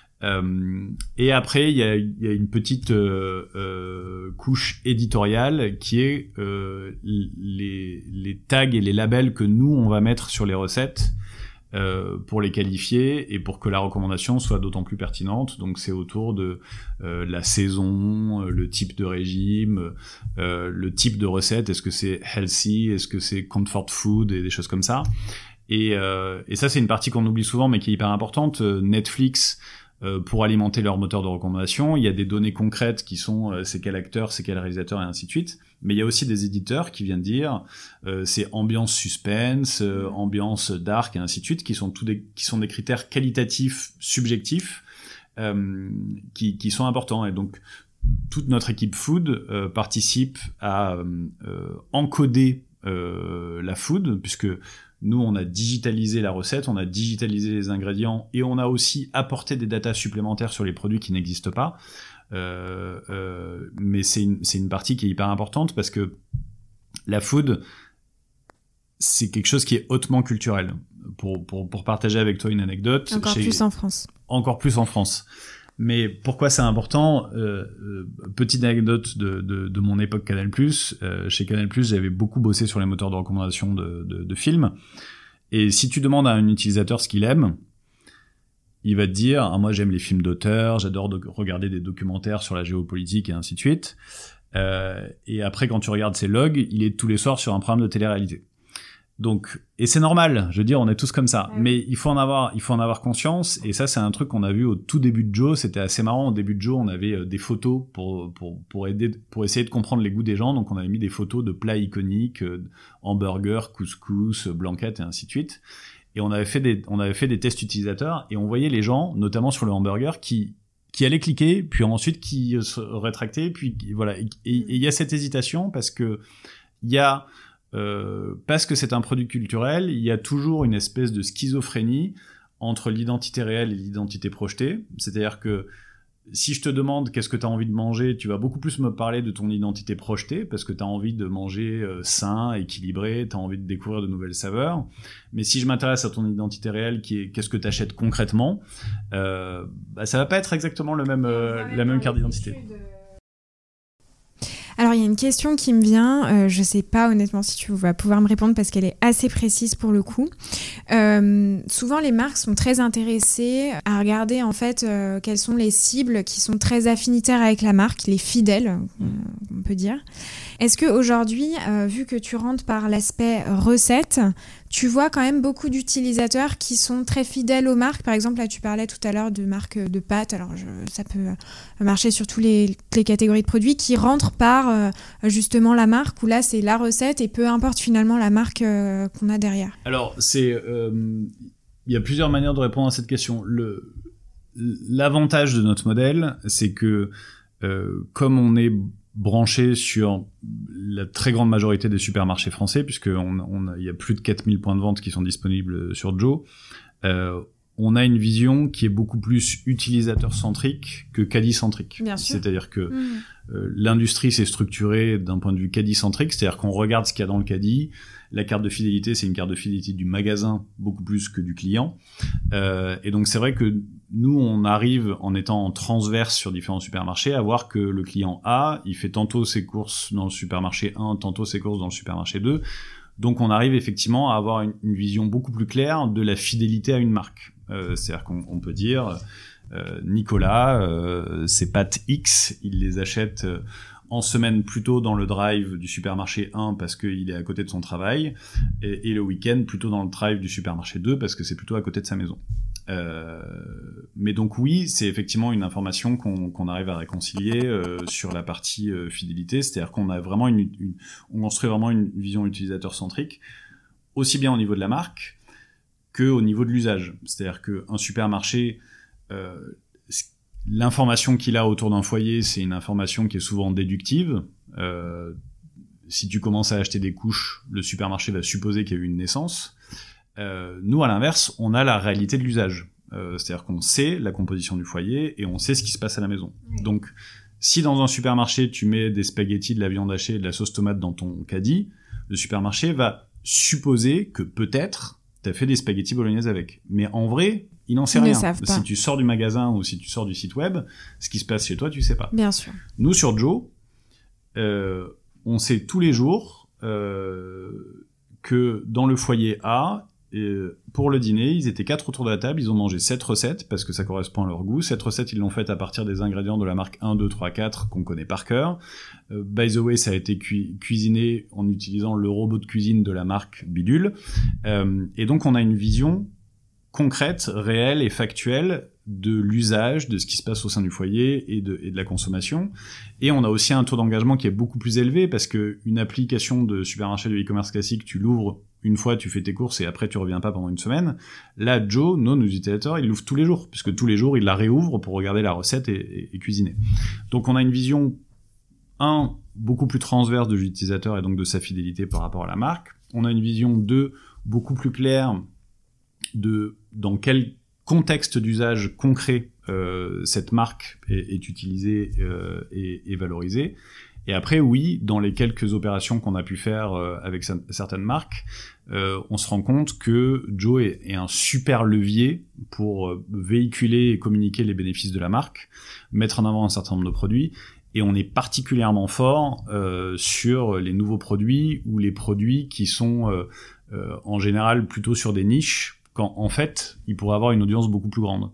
Euh, et après il y a, y a une petite euh, euh, couche éditoriale qui est euh, les, les tags et les labels que nous on va mettre sur les recettes euh, pour les qualifier et pour que la recommandation soit d'autant plus pertinente. Donc c'est autour de euh, la saison, euh, le type de régime, euh, le type de recette, est-ce que c'est healthy, est-ce que c'est comfort food et des choses comme ça. Et, euh, et ça c'est une partie qu'on oublie souvent mais qui est hyper importante. Netflix, euh, pour alimenter leur moteur de recommandation, il y a des données concrètes qui sont euh, c'est quel acteur, c'est quel réalisateur et ainsi de suite. Mais il y a aussi des éditeurs qui viennent dire euh, c'est ambiance suspense, euh, ambiance dark et ainsi de suite, qui sont tous des qui sont des critères qualitatifs subjectifs euh, qui qui sont importants. Et donc toute notre équipe food euh, participe à euh, encoder euh, la food, puisque nous on a digitalisé la recette, on a digitalisé les ingrédients et on a aussi apporté des datas supplémentaires sur les produits qui n'existent pas. Euh, euh, mais c'est une, c'est une partie qui est hyper importante parce que la food, c'est quelque chose qui est hautement culturel. Pour, pour, pour partager avec toi une anecdote. Encore plus en France. Encore plus en France. Mais pourquoi c'est important euh, euh, Petite anecdote de, de, de mon époque Canal+. Euh, chez Canal+, j'avais beaucoup bossé sur les moteurs de recommandation de, de, de films. Et si tu demandes à un utilisateur ce qu'il aime, il va te dire ah, « moi j'aime les films d'auteur, j'adore de regarder des documentaires sur la géopolitique et ainsi de suite euh, ». Et après, quand tu regardes ses logs, il est tous les soirs sur un programme de télé-réalité. Donc, et c'est normal, je veux dire, on est tous comme ça. Ouais. Mais il faut en avoir, il faut en avoir conscience. Et ça, c'est un truc qu'on a vu au tout début de Joe. C'était assez marrant. Au début de Joe, on avait euh, des photos pour, pour, pour aider, pour essayer de comprendre les goûts des gens. Donc, on avait mis des photos de plats iconiques, euh, hamburgers, couscous, blanquettes et ainsi de suite. Et on avait fait des, on avait fait des tests utilisateurs et on voyait les gens, notamment sur le hamburger, qui, qui allaient cliquer, puis ensuite qui se rétractaient, puis voilà. Et il y a cette hésitation parce que il y a, Euh, parce que c'est un produit culturel, il y a toujours une espèce de schizophrénie entre l'identité réelle et l'identité projetée. C'est-à-dire que si je te demande qu'est-ce que tu as envie de manger, tu vas beaucoup plus me parler de ton identité projetée, parce que tu as envie de manger euh, sain, équilibré, tu as envie de découvrir de nouvelles saveurs. Mais si je m'intéresse à ton identité réelle, qui est qu'est-ce que tu achètes concrètement, euh, bah, ça va pas être exactement le même, euh, la même carte d'identité. Alors, il y a une question qui me vient. Euh, je ne sais pas honnêtement si tu vas pouvoir me répondre parce qu'elle est assez précise pour le coup. Euh, souvent, les marques sont très intéressées à regarder en fait euh, quelles sont les cibles qui sont très affinitaires avec la marque, les fidèles, on peut dire. Est-ce qu'aujourd'hui, euh, vu que tu rentres par l'aspect recette, tu vois quand même beaucoup d'utilisateurs qui sont très fidèles aux marques? Par exemple, là, tu parlais tout à l'heure de marques de pâtes. Alors, je, ça peut marcher sur tous les, les catégories de produits qui rentrent par euh, justement la marque, où là, c'est la recette et peu importe finalement la marque euh, qu'on a derrière. Alors, c'est, euh, y a plusieurs manières de répondre à cette question. Le, l'avantage de notre modèle, c'est que euh, comme on est branché sur la très grande majorité des supermarchés français, puisqu'on on, il y a plus de quatre mille points de vente qui sont disponibles sur Joe, euh, on a une vision qui est beaucoup plus utilisateur-centrique que caddie-centrique. Bien sûr. C'est-à-dire que mmh. euh, l'industrie s'est structurée d'un point de vue caddie-centrique, c'est-à-dire qu'on regarde ce qu'il y a dans le caddie. La carte de fidélité, c'est une carte de fidélité du magasin beaucoup plus que du client. Euh, et donc c'est vrai que nous, on arrive en étant en transverse sur différents supermarchés à voir que le client A, il fait tantôt ses courses dans le supermarché un, tantôt ses courses dans le supermarché deux. Donc on arrive effectivement à avoir une, une vision beaucoup plus claire de la fidélité à une marque. Euh, c'est-à-dire qu'on on peut dire euh, Nicolas, euh, ses pâtes X, il les achète euh, en semaine plutôt dans le drive du supermarché un parce qu'il est à côté de son travail, et, et le week-end plutôt dans le drive du supermarché deux parce que c'est plutôt à côté de sa maison. Euh, mais donc oui, c'est effectivement une information qu'on, qu'on arrive à réconcilier euh, sur la partie euh, fidélité, c'est-à-dire qu'on a vraiment une, une, on construit vraiment une vision utilisateur centrique, aussi bien au niveau de la marque que au niveau de l'usage. C'est-à-dire qu'un supermarché, euh, l'information qu'il a autour d'un foyer, c'est une information qui est souvent déductive. Euh, si tu commences à acheter des couches, le supermarché va supposer qu'il y a eu une naissance. Euh, nous, à l'inverse, on a la réalité de l'usage. Euh, c'est-à-dire qu'on sait la composition du foyer et on sait ce qui se passe à la maison. Oui. Donc, si dans un supermarché, tu mets des spaghettis, de la viande hachée et de la sauce tomate dans ton caddie, le supermarché va supposer que peut-être t'as fait des spaghettis bolognaise avec. Mais en vrai, il n'en sait Ils rien. ne savent pas. Si tu sors du magasin ou si tu sors du site web, ce qui se passe chez toi, tu sais pas. Bien sûr. Nous, sur Joe, euh, on sait tous les jours euh, que dans le foyer A, et pour le dîner, ils étaient quatre autour de la table, ils ont mangé sept recettes, parce que ça correspond à leur goût. Cette recette, ils l'ont faite à partir des ingrédients de la marque un, deux, trois, quatre, qu'on connaît par cœur. Euh, by the way, ça a été cu- cuisiné en utilisant le robot de cuisine de la marque Bidule. Euh, et donc, on a une vision concrète, réelle et factuelle de l'usage, de ce qui se passe au sein du foyer et de, et de la consommation. Et on a aussi un taux d'engagement qui est beaucoup plus élevé, parce que une application de supermarché de e-commerce classique, tu l'ouvres une fois, tu fais tes courses et après tu reviens pas pendant une semaine. Là, Joe, nos utilisateurs, ils l'ouvrent tous les jours, puisque tous les jours, ils la réouvrent pour regarder la recette et, et, et cuisiner. Donc on a une vision, un, beaucoup plus transverse de l'utilisateur et donc de sa fidélité par rapport à la marque. On a une vision, deux, beaucoup plus claire de dans quel contexte d'usage concret euh, cette marque est, est utilisée euh, et, et valorisée. Et après, oui, dans les quelques opérations qu'on a pu faire euh, avec sa- certaines marques, euh, on se rend compte que Joe est, est un super levier pour euh, véhiculer et communiquer les bénéfices de la marque, mettre en avant un certain nombre de produits, et on est particulièrement fort euh, sur les nouveaux produits ou les produits qui sont euh, euh, en général plutôt sur des niches, quand en fait, ils pourraient avoir une audience beaucoup plus grande.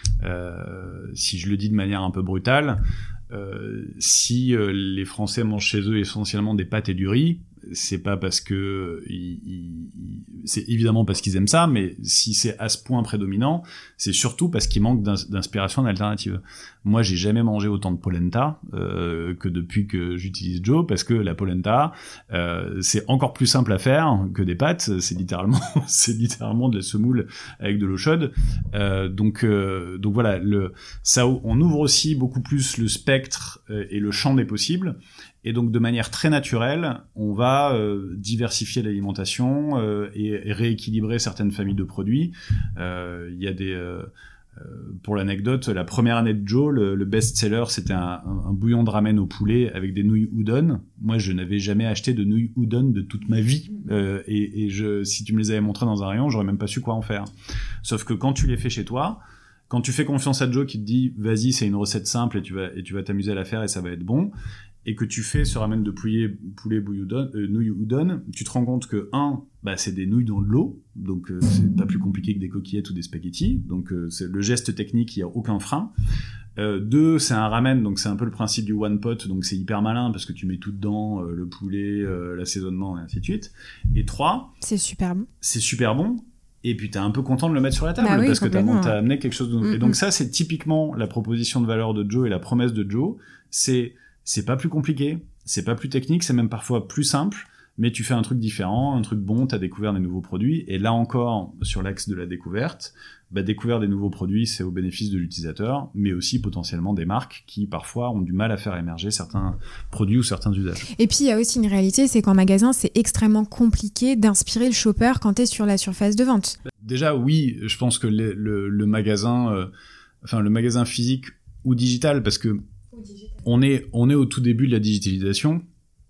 Euh, si je le dis de manière un peu brutale, euh, si euh, les Français mangent chez eux essentiellement des pâtes et du riz, c'est pas parce que ils, ils, c'est évidemment parce qu'ils aiment ça, mais si c'est à ce point prédominant, c'est surtout parce qu'ils manquent d'ins- d'inspiration d'alternative. Moi, j'ai jamais mangé autant de polenta euh, que depuis que j'utilise Joe, parce que la polenta, euh, c'est encore plus simple à faire que des pâtes. C'est littéralement, c'est littéralement de la semoule avec de l'eau chaude. Euh, donc, euh, donc voilà, le, ça, on ouvre aussi beaucoup plus le spectre euh, et le champ des possibles. Et donc, de manière très naturelle, on va euh, diversifier l'alimentation euh, et, et rééquilibrer certaines familles de produits. Euh, Il y a des... Euh, euh, pour l'anecdote, la première année de Joe, le, le best-seller, c'était un, un, un bouillon de ramen au poulet avec des nouilles udon. Moi, je n'avais jamais acheté de nouilles udon de toute ma vie. Euh, et et je, si tu me les avais montrées dans un rayon, j'aurais même pas su quoi en faire. Sauf que quand tu les fais chez toi, quand tu fais confiance à Joe qui te dit « Vas-y, c'est une recette simple et tu vas, et tu vas t'amuser à la faire et ça va être bon », et que tu fais ce ramen de poulet, poulet bouillon udon, euh, nouilles udon, tu te rends compte que, un, bah, c'est des nouilles dans de l'eau, donc euh, c'est pas plus compliqué que des coquillettes ou des spaghettis, donc euh, c'est le geste technique, il y a aucun frein. Euh, deux, c'est un ramen, donc c'est un peu le principe du one pot, donc c'est hyper malin parce que tu mets tout dedans, euh, le poulet, euh, l'assaisonnement et ainsi de suite. Et trois, C'est super bon. c'est super bon. Et puis t'es un peu content de le mettre sur la table Bah oui, parce que t'as, complètement. t'as amené quelque chose de nouveau. Mm-mm. Et donc ça, c'est typiquement la proposition de valeur de Joe et la promesse de Joe. C'est c'est pas plus compliqué, c'est pas plus technique, c'est même parfois plus simple, mais tu fais un truc différent, un truc bon, t'as découvert des nouveaux produits. Et là encore, sur l'axe de la découverte, bah, découvrir des nouveaux produits, c'est au bénéfice de l'utilisateur, mais aussi potentiellement des marques qui parfois ont du mal à faire émerger certains produits ou certains usages. Et puis il y a aussi une réalité, c'est qu'en magasin, c'est extrêmement compliqué d'inspirer le shopper quand t'es sur la surface de vente. Déjà, oui, je pense que le, le, le magasin, euh, enfin le magasin physique ou digital, parce que on est on est au tout début de la digitalisation.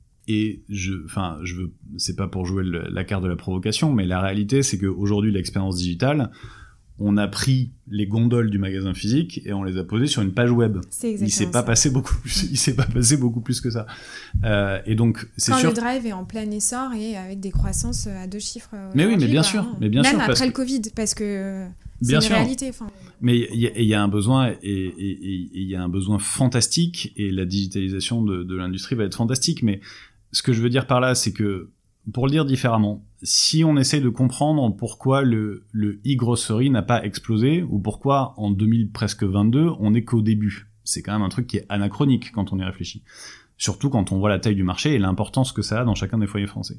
Et je, enfin, je veux, c'est pas pour jouer le, la carte de la provocation, mais la réalité, c'est qu'aujourd'hui, l'expérience digitale, on a pris les gondoles du magasin physique et on les a posées sur une page web. C'est exactement il s'est ça. pas passé beaucoup plus, il s'est pas passé beaucoup plus que ça. Euh, et donc, c'est Quand sûr. le drive est en plein essor et avec des croissances à deux chiffres. Mais oui, mais bien quoi, sûr, hein. mais bien Même sûr, après parce le que- Covid, parce que c'est Bien une sûr. réalité. Enfin, Mais il y, a- il y a un besoin et et- et il y a un besoin fantastique et la digitalisation de, de l'industrie va être fantastique. Mais ce que je veux dire par là, c'est que, pour le dire différemment, si on essaye de comprendre pourquoi le, le e-grocery n'a pas explosé, ou pourquoi en deux mille presque vingt-deux, on n'est qu'au début, c'est quand même un truc qui est anachronique quand on y réfléchit. Surtout quand on voit la taille du marché et l'importance que ça a dans chacun des foyers français.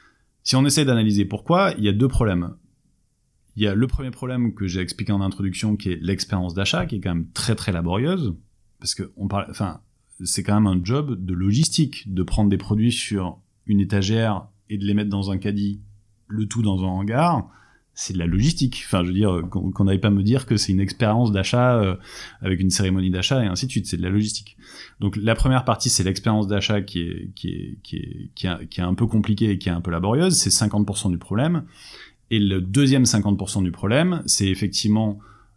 Si on essaie d'analyser pourquoi, il y a deux problèmes. Il y a le premier problème que j'ai expliqué en introduction, qui est l'expérience d'achat, qui est quand même très très laborieuse, parce que on parle, enfin, c'est quand même un job de logistique, de prendre des produits sur une étagère et de les mettre dans un caddie, le tout dans un hangar. C'est de la logistique. Enfin, je veux dire, qu'on qu'on n'aille pas me dire que c'est une expérience d'achat euh, avec une cérémonie d'achat et ainsi de suite. C'est de la logistique. Donc, la première partie, c'est l'expérience d'achat qui est, qui est, qui est, qui est, qui est un peu compliquée et qui est un peu laborieuse. C'est cinquante pour cent du problème. Et le deuxième cinquante pour cent du problème, c'est effectivement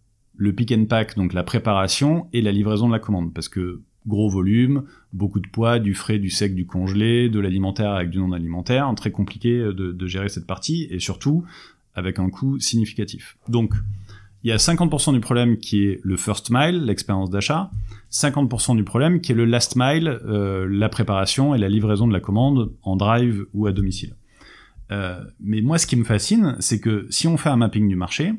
le pick and pack, donc la préparation et la livraison de la commande. Parce que gros volume, beaucoup de poids, du frais, du sec, du congelé, de l'alimentaire avec du non-alimentaire, très compliqué de, de gérer cette partie, et surtout avec un coût significatif. Donc, il y a cinquante pour cent du problème qui est le first mile, l'expérience d'achat, cinquante pour cent du problème qui est le last mile, euh, la préparation et la livraison de la commande en drive ou à domicile. Euh, mais moi, ce qui me fascine, c'est que si on fait un mapping du marché,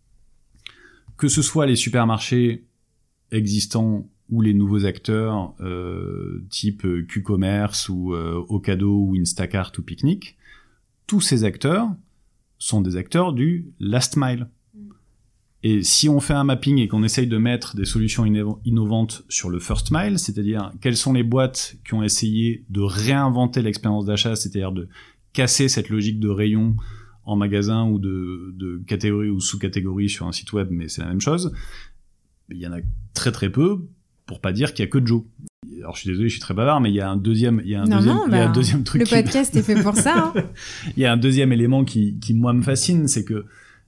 que ce soit les supermarchés existants ou les nouveaux acteurs euh, type Q-commerce ou euh, Ocado ou Instacart ou Picnic, tous ces acteurs sont des acteurs du last mile. Et si on fait un mapping et qu'on essaye de mettre des solutions inno- innovantes sur le first mile, c'est-à-dire quelles sont les boîtes qui ont essayé de réinventer l'expérience d'achat, c'est-à-dire de casser cette logique de rayon en magasin ou de, de catégorie ou sous-catégorie sur un site web, mais c'est la même chose. Il y en a très très peu. pour pas dire qu'il y a que Joe. Alors je suis désolé, je suis très bavard, mais il y a un deuxième, il y a un non, deuxième, non, il y a bah, un deuxième truc. Le qui... podcast est fait pour ça. Hein. Il y a un deuxième élément qui, qui moi me fascine, c'est que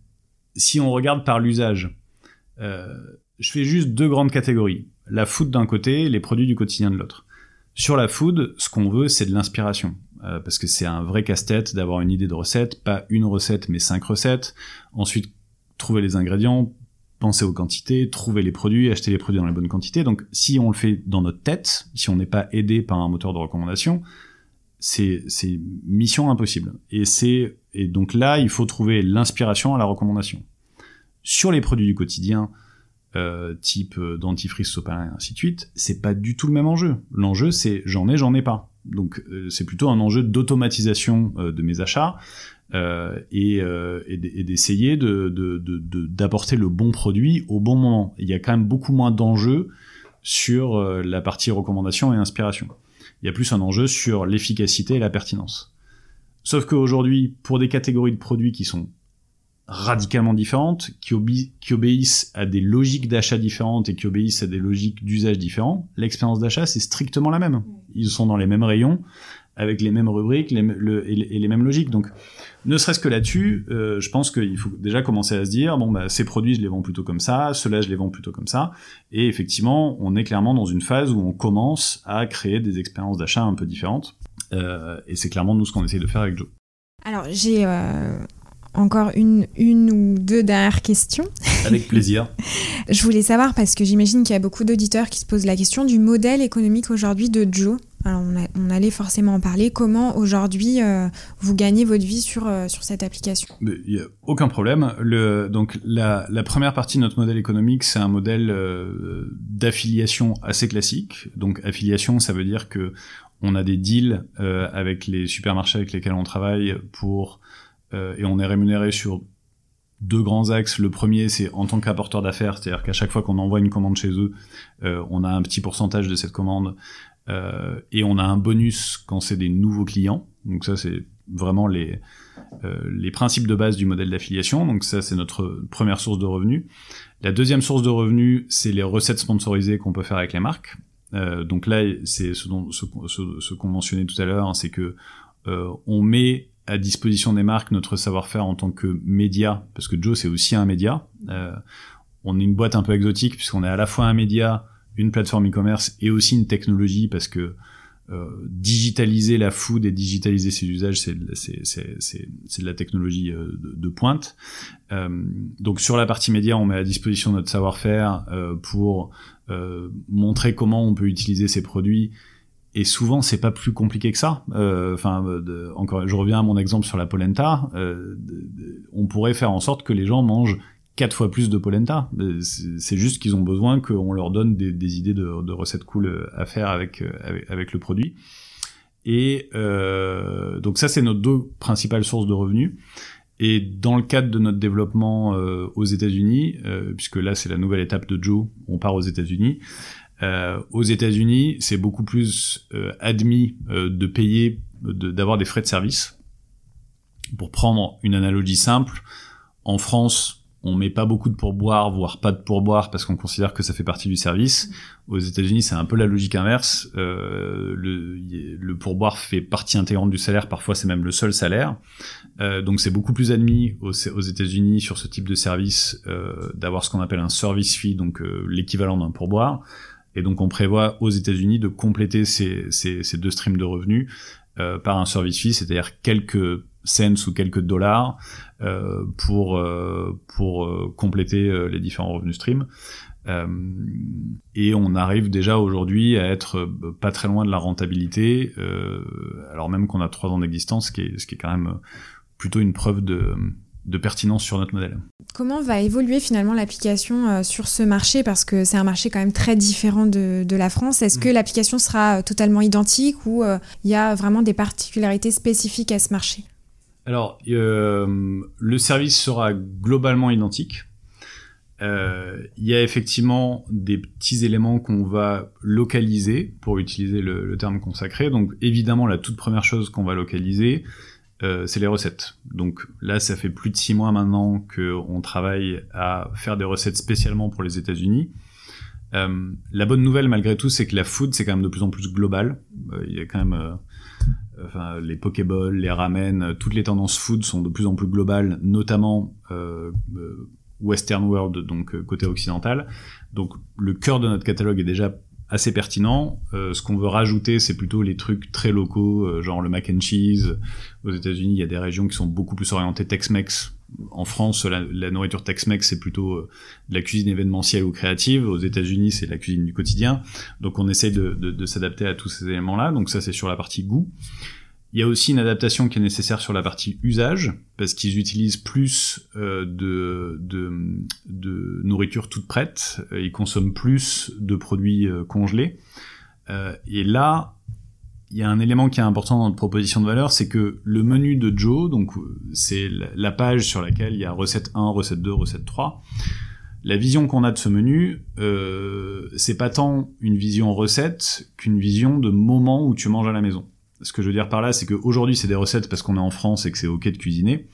si on regarde par l'usage, euh, je fais juste deux grandes catégories. La food d'un côté, les produits du quotidien de l'autre. Sur la food, ce qu'on veut, c'est de l'inspiration. Euh, parce que c'est un vrai casse-tête d'avoir une idée de recette, pas une recette, mais cinq recettes. Ensuite, trouver les ingrédients, penser aux quantités, trouver les produits, acheter les produits dans les bonnes quantités. Donc, si on le fait dans notre tête, si on n'est pas aidé par un moteur de recommandation, c'est, c'est mission impossible. Et c'est, et donc là, il faut trouver l'inspiration à la recommandation. Sur les produits du quotidien, Euh, type euh, dentifrice, sopalin, et ainsi de suite, c'est pas du tout le même enjeu. L'enjeu, c'est j'en ai, j'en ai pas. Donc, euh, c'est plutôt un enjeu d'automatisation euh, de mes achats euh, et, euh, et, d- et d'essayer de, de, de, de, d'apporter le bon produit au bon moment. Il y a quand même beaucoup moins d'enjeux sur euh, la partie recommandation et inspiration. Il y a plus un enjeu sur l'efficacité et la pertinence. Sauf qu'aujourd'hui, pour des catégories de produits qui sont radicalement différentes, qui, obi- qui obéissent à des logiques d'achat différentes et qui obéissent à des logiques d'usage différents, l'expérience d'achat, c'est strictement la même. Ils sont dans les mêmes rayons, avec les mêmes rubriques les, le, et, et les mêmes logiques. Donc, ne serait-ce que là-dessus, euh, je pense qu'il faut déjà commencer à se dire, bon, bah, ces produits, je les vends plutôt comme ça, ceux-là, je les vends plutôt comme ça. Et effectivement, on est clairement dans une phase où on commence à créer des expériences d'achat un peu différentes. Euh, et c'est clairement nous ce qu'on essaye de faire avec Joe. Alors, j'ai... Euh... Encore une, une ou deux dernières questions. Avec plaisir. Je voulais savoir, parce que j'imagine qu'il y a beaucoup d'auditeurs qui se posent la question du modèle économique aujourd'hui de Joe. Alors, on, a, on allait forcément en parler. Comment, aujourd'hui, euh, vous gagnez votre vie sur, euh, sur cette application ? Il n'y a aucun problème. Le, donc, la, la première partie de notre modèle économique, c'est un modèle euh, d'affiliation assez classique. Donc, affiliation, ça veut dire que on a des deals euh, avec les supermarchés avec lesquels on travaille pour... Euh, et on est rémunéré sur deux grands axes. Le premier, c'est en tant qu'apporteur d'affaires, c'est-à-dire qu'à chaque fois qu'on envoie une commande chez eux, euh, on a un petit pourcentage de cette commande euh, et on a un bonus quand c'est des nouveaux clients. Donc ça, c'est vraiment les, euh, les principes de base du modèle d'affiliation. Donc ça, c'est notre première source de revenus. La deuxième source de revenus, c'est les recettes sponsorisées qu'on peut faire avec les marques. Euh, donc là, c'est ce, dont, ce, ce, ce qu'on mentionnait tout à l'heure, hein, c'est que euh, on met à disposition des marques notre savoir-faire en tant que média, parce que Joe c'est aussi un média. Euh, on est une boîte un peu exotique puisqu'on est à la fois un média, une plateforme e-commerce et aussi une technologie, parce que euh, digitaliser la food et digitaliser ses usages, c'est c'est c'est c'est, c'est de la technologie euh, de, de pointe. Euh, donc sur la partie média, on met à disposition notre savoir-faire euh, pour euh, montrer comment on peut utiliser ces produits. Et souvent, c'est pas plus compliqué que ça. Enfin, euh, encore, je reviens à mon exemple sur la polenta. Euh, de, de, on pourrait faire en sorte que les gens mangent quatre fois plus de polenta. C'est, c'est juste qu'ils ont besoin qu'on leur donne des, des idées de, de recettes cool à faire avec avec, avec le produit. Et euh, donc ça, c'est nos deux principales sources de revenus. Et dans le cadre de notre développement euh, aux États-Unis, euh, puisque là, c'est la nouvelle étape de Joe, on part aux États-Unis. Euh, aux États-Unis, c'est beaucoup plus euh, admis euh, de payer, de, d'avoir des frais de service. Pour prendre une analogie simple, en France, on met pas beaucoup de pourboire, voire pas de pourboire, parce qu'on considère que ça fait partie du service. Aux États-Unis, c'est un peu la logique inverse. Euh, le, le pourboire fait partie intégrante du salaire, parfois c'est même le seul salaire. Euh, donc c'est beaucoup plus admis aux, aux États-Unis sur ce type de service euh, d'avoir ce qu'on appelle un service fee, donc euh, l'équivalent d'un pourboire. Et donc on prévoit aux États-Unis de compléter ces, ces, ces deux streams de revenus euh, par un service fee, c'est-à-dire quelques cents ou quelques dollars euh, pour euh, pour euh, compléter euh, les différents revenus streams. Euh, et on arrive déjà aujourd'hui à être euh, pas très loin de la rentabilité, euh, alors même qu'on a trois ans d'existence, ce qui est ce qui est quand même plutôt une preuve de de pertinence sur notre modèle. Comment va évoluer finalement l'application euh, sur ce marché, parce que c'est un marché quand même très différent de, de la France. Est-ce mmh. que l'application sera totalement identique ou il euh, y a vraiment des particularités spécifiques à ce marché ? Alors, euh, le service sera globalement identique. Euh, il y a effectivement des petits éléments qu'on va localiser, pour utiliser le, le terme consacré. Donc évidemment, la toute première chose qu'on va localiser, Euh, c'est les recettes. Donc là, ça fait plus de six mois maintenant qu'on travaille à faire des recettes spécialement pour les États-Unis. Euh, la bonne nouvelle malgré tout, c'est que la food c'est quand même de plus en plus global. Euh, il y a quand même euh, enfin les Pokéballs, les ramen, euh, toutes les tendances food sont de plus en plus globales, notamment euh, euh, Western world, donc euh, côté occidental. Donc le cœur de notre catalogue est déjà assez pertinent. Euh, ce qu'on veut rajouter, c'est plutôt les trucs très locaux, euh, genre le mac and cheese. Aux États-Unis, il y a des régions qui sont beaucoup plus orientées Tex-Mex. En France, la, la nourriture Tex-Mex, c'est plutôt euh, de la cuisine événementielle ou créative. Aux États-Unis, c'est de la cuisine du quotidien. Donc, on essaye de, de, de s'adapter à tous ces éléments-là. Donc, ça, c'est sur la partie goût. Il y a aussi une adaptation qui est nécessaire sur la partie usage, parce qu'ils utilisent plus euh, de, de, de nourriture toute prête, ils consomment plus de produits euh, congelés. Euh, et là, il y a un élément qui est important dans notre proposition de valeur, c'est que le menu de Joe, donc c'est la page sur laquelle il y a recette un, recette deux, recette trois, la vision qu'on a de ce menu, euh, c'est pas tant une vision recette qu'une vision de moment où tu manges à la maison. Ce que je veux dire par là, c'est qu'aujourd'hui, c'est des recettes parce qu'on est en France et que c'est ok de cuisiner.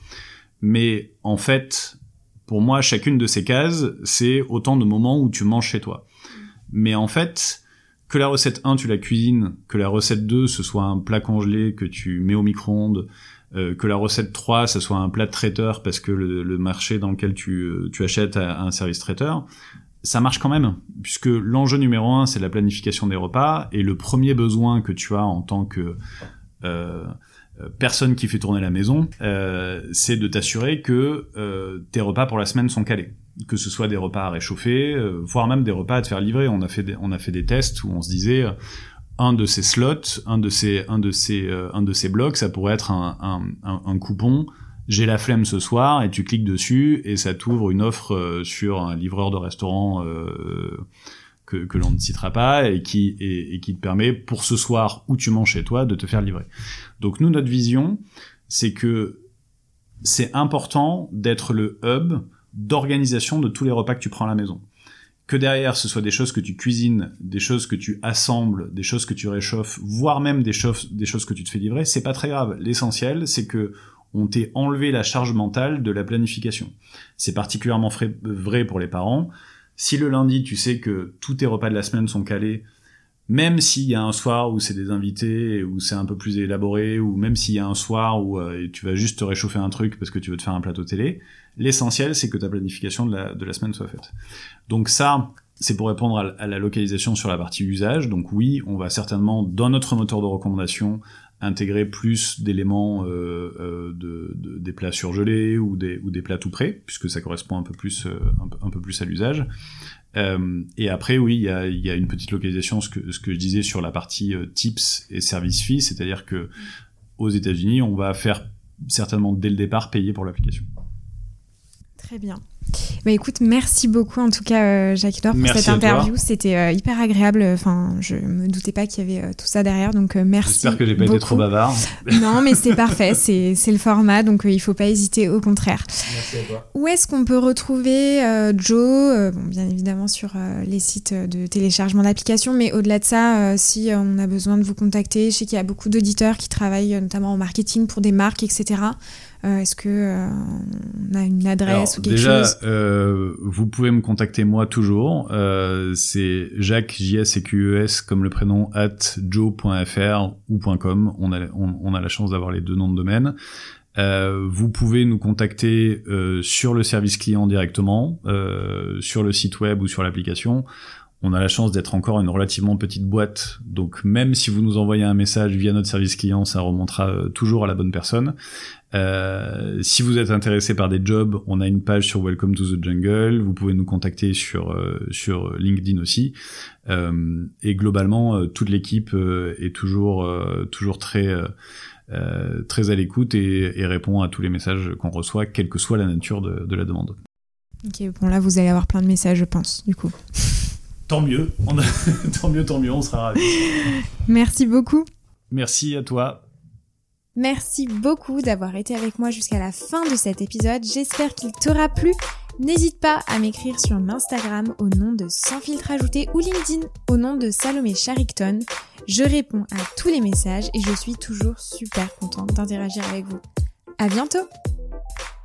Mais en fait, pour moi, chacune de ces cases, c'est autant de moments où tu manges chez toi. Mais en fait, que la recette un, tu la cuisines, que la recette deux, ce soit un plat congelé que tu mets au micro-ondes, euh, que la recette trois, ce soit un plat de traiteur parce que le, le marché dans lequel tu, tu achètes a un service traiteur, ça marche quand même, puisque l'enjeu numéro un, c'est la planification des repas, et le premier besoin que tu as en tant que euh, personne qui fait tourner la maison, euh, c'est de t'assurer que euh, tes repas pour la semaine sont calés, que ce soit des repas à réchauffer, euh, voire même des repas à te faire livrer. On a fait des, on a fait des tests où on se disait euh, un de ces slots, un de ces, un de ces, euh, un de ces blocs, ça pourrait être un, un, un, un coupon. J'ai la flemme ce soir, et tu cliques dessus, et ça t'ouvre une offre euh, sur un livreur de restaurant euh, que, que l'on ne citera pas, et qui, et, et qui te permet, pour ce soir où tu manges chez toi, de te faire livrer. Donc nous, notre vision, c'est que c'est important d'être le hub d'organisation de tous les repas que tu prends à la maison. Que derrière, ce soit des choses que tu cuisines, des choses que tu assembles, des choses que tu réchauffes, voire même des choses, des choses que tu te fais livrer, c'est pas très grave. L'essentiel, c'est que on t'ait enlevé la charge mentale de la planification. C'est particulièrement vrai pour les parents. Si le lundi, tu sais que tous tes repas de la semaine sont calés, même s'il y a un soir où c'est des invités, où c'est un peu plus élaboré, ou même s'il y a un soir où euh, tu vas juste te réchauffer un truc parce que tu veux te faire un plateau télé, l'essentiel, c'est que ta planification de la, de la semaine soit faite. Donc ça, c'est pour répondre à, à la localisation sur la partie usage. Donc oui, on va certainement, dans notre moteur de recommandation, intégrer plus d'éléments euh, euh, de, de, des plats surgelés ou des, ou des plats tout prêts, puisque ça correspond un peu plus, euh, un, un peu plus à l'usage. Euh, et après, oui, il y a, y a une petite localisation, ce que, ce que je disais sur la partie euh, tips et service fees, c'est-à-dire que aux États-Unis, on va faire certainement dès le départ payer pour l'application. Très bien. Bah écoute, merci beaucoup en tout cas euh, Jacques-Edouard pour merci cette interview, toi. C'était euh, hyper agréable, enfin je me doutais pas qu'il y avait euh, tout ça derrière, donc euh, merci. J'espère que j'ai pas beaucoup. été trop bavard. Non mais c'est parfait, c'est, c'est le format, donc euh, il faut pas hésiter, au contraire. Merci à toi. Où est-ce qu'on peut retrouver euh, Joe euh, bon, bien évidemment sur euh, les sites de téléchargement d'applications, mais au-delà de ça, euh, si euh, on a besoin de vous contacter, je sais qu'il y a beaucoup d'auditeurs qui travaillent euh, notamment en marketing pour des marques, et cetera. Euh, est-ce que euh, on a une adresse Alors, ou quelque déjà, chose? euh, vous pouvez me contacter moi toujours. Euh, c'est Jacques, J S C Q E S comme le prénom, at joe point f r ou .com. On a, on, on a la chance d'avoir les deux noms de domaine. Euh, vous pouvez nous contacter euh, sur le service client directement, euh, sur le site web ou sur l'application. On a la chance d'être encore une relativement petite boîte, donc même si vous nous envoyez un message via notre service client, ça remontera euh, toujours à la bonne personne. Euh, si vous êtes intéressé par des jobs, on a une page sur Welcome to the Jungle. Vous pouvez nous contacter sur euh, sur LinkedIn aussi. Euh, et globalement, euh, toute l'équipe euh, est toujours euh, toujours très euh, euh, très à l'écoute et, et répond à tous les messages qu'on reçoit, quelle que soit la nature de, de la demande. Ok, bon là vous allez avoir plein de messages, je pense, du coup. Tant mieux, on a... tant mieux, tant mieux, on sera ravis. Merci beaucoup. Merci à toi. Merci beaucoup d'avoir été avec moi jusqu'à la fin de cet épisode. J'espère qu'il t'aura plu. N'hésite pas à m'écrire sur Instagram au nom de Sans Filtre Ajouté ou LinkedIn au nom de Salomé Charicton. Je réponds à tous les messages et je suis toujours super contente d'interagir avec vous. À bientôt!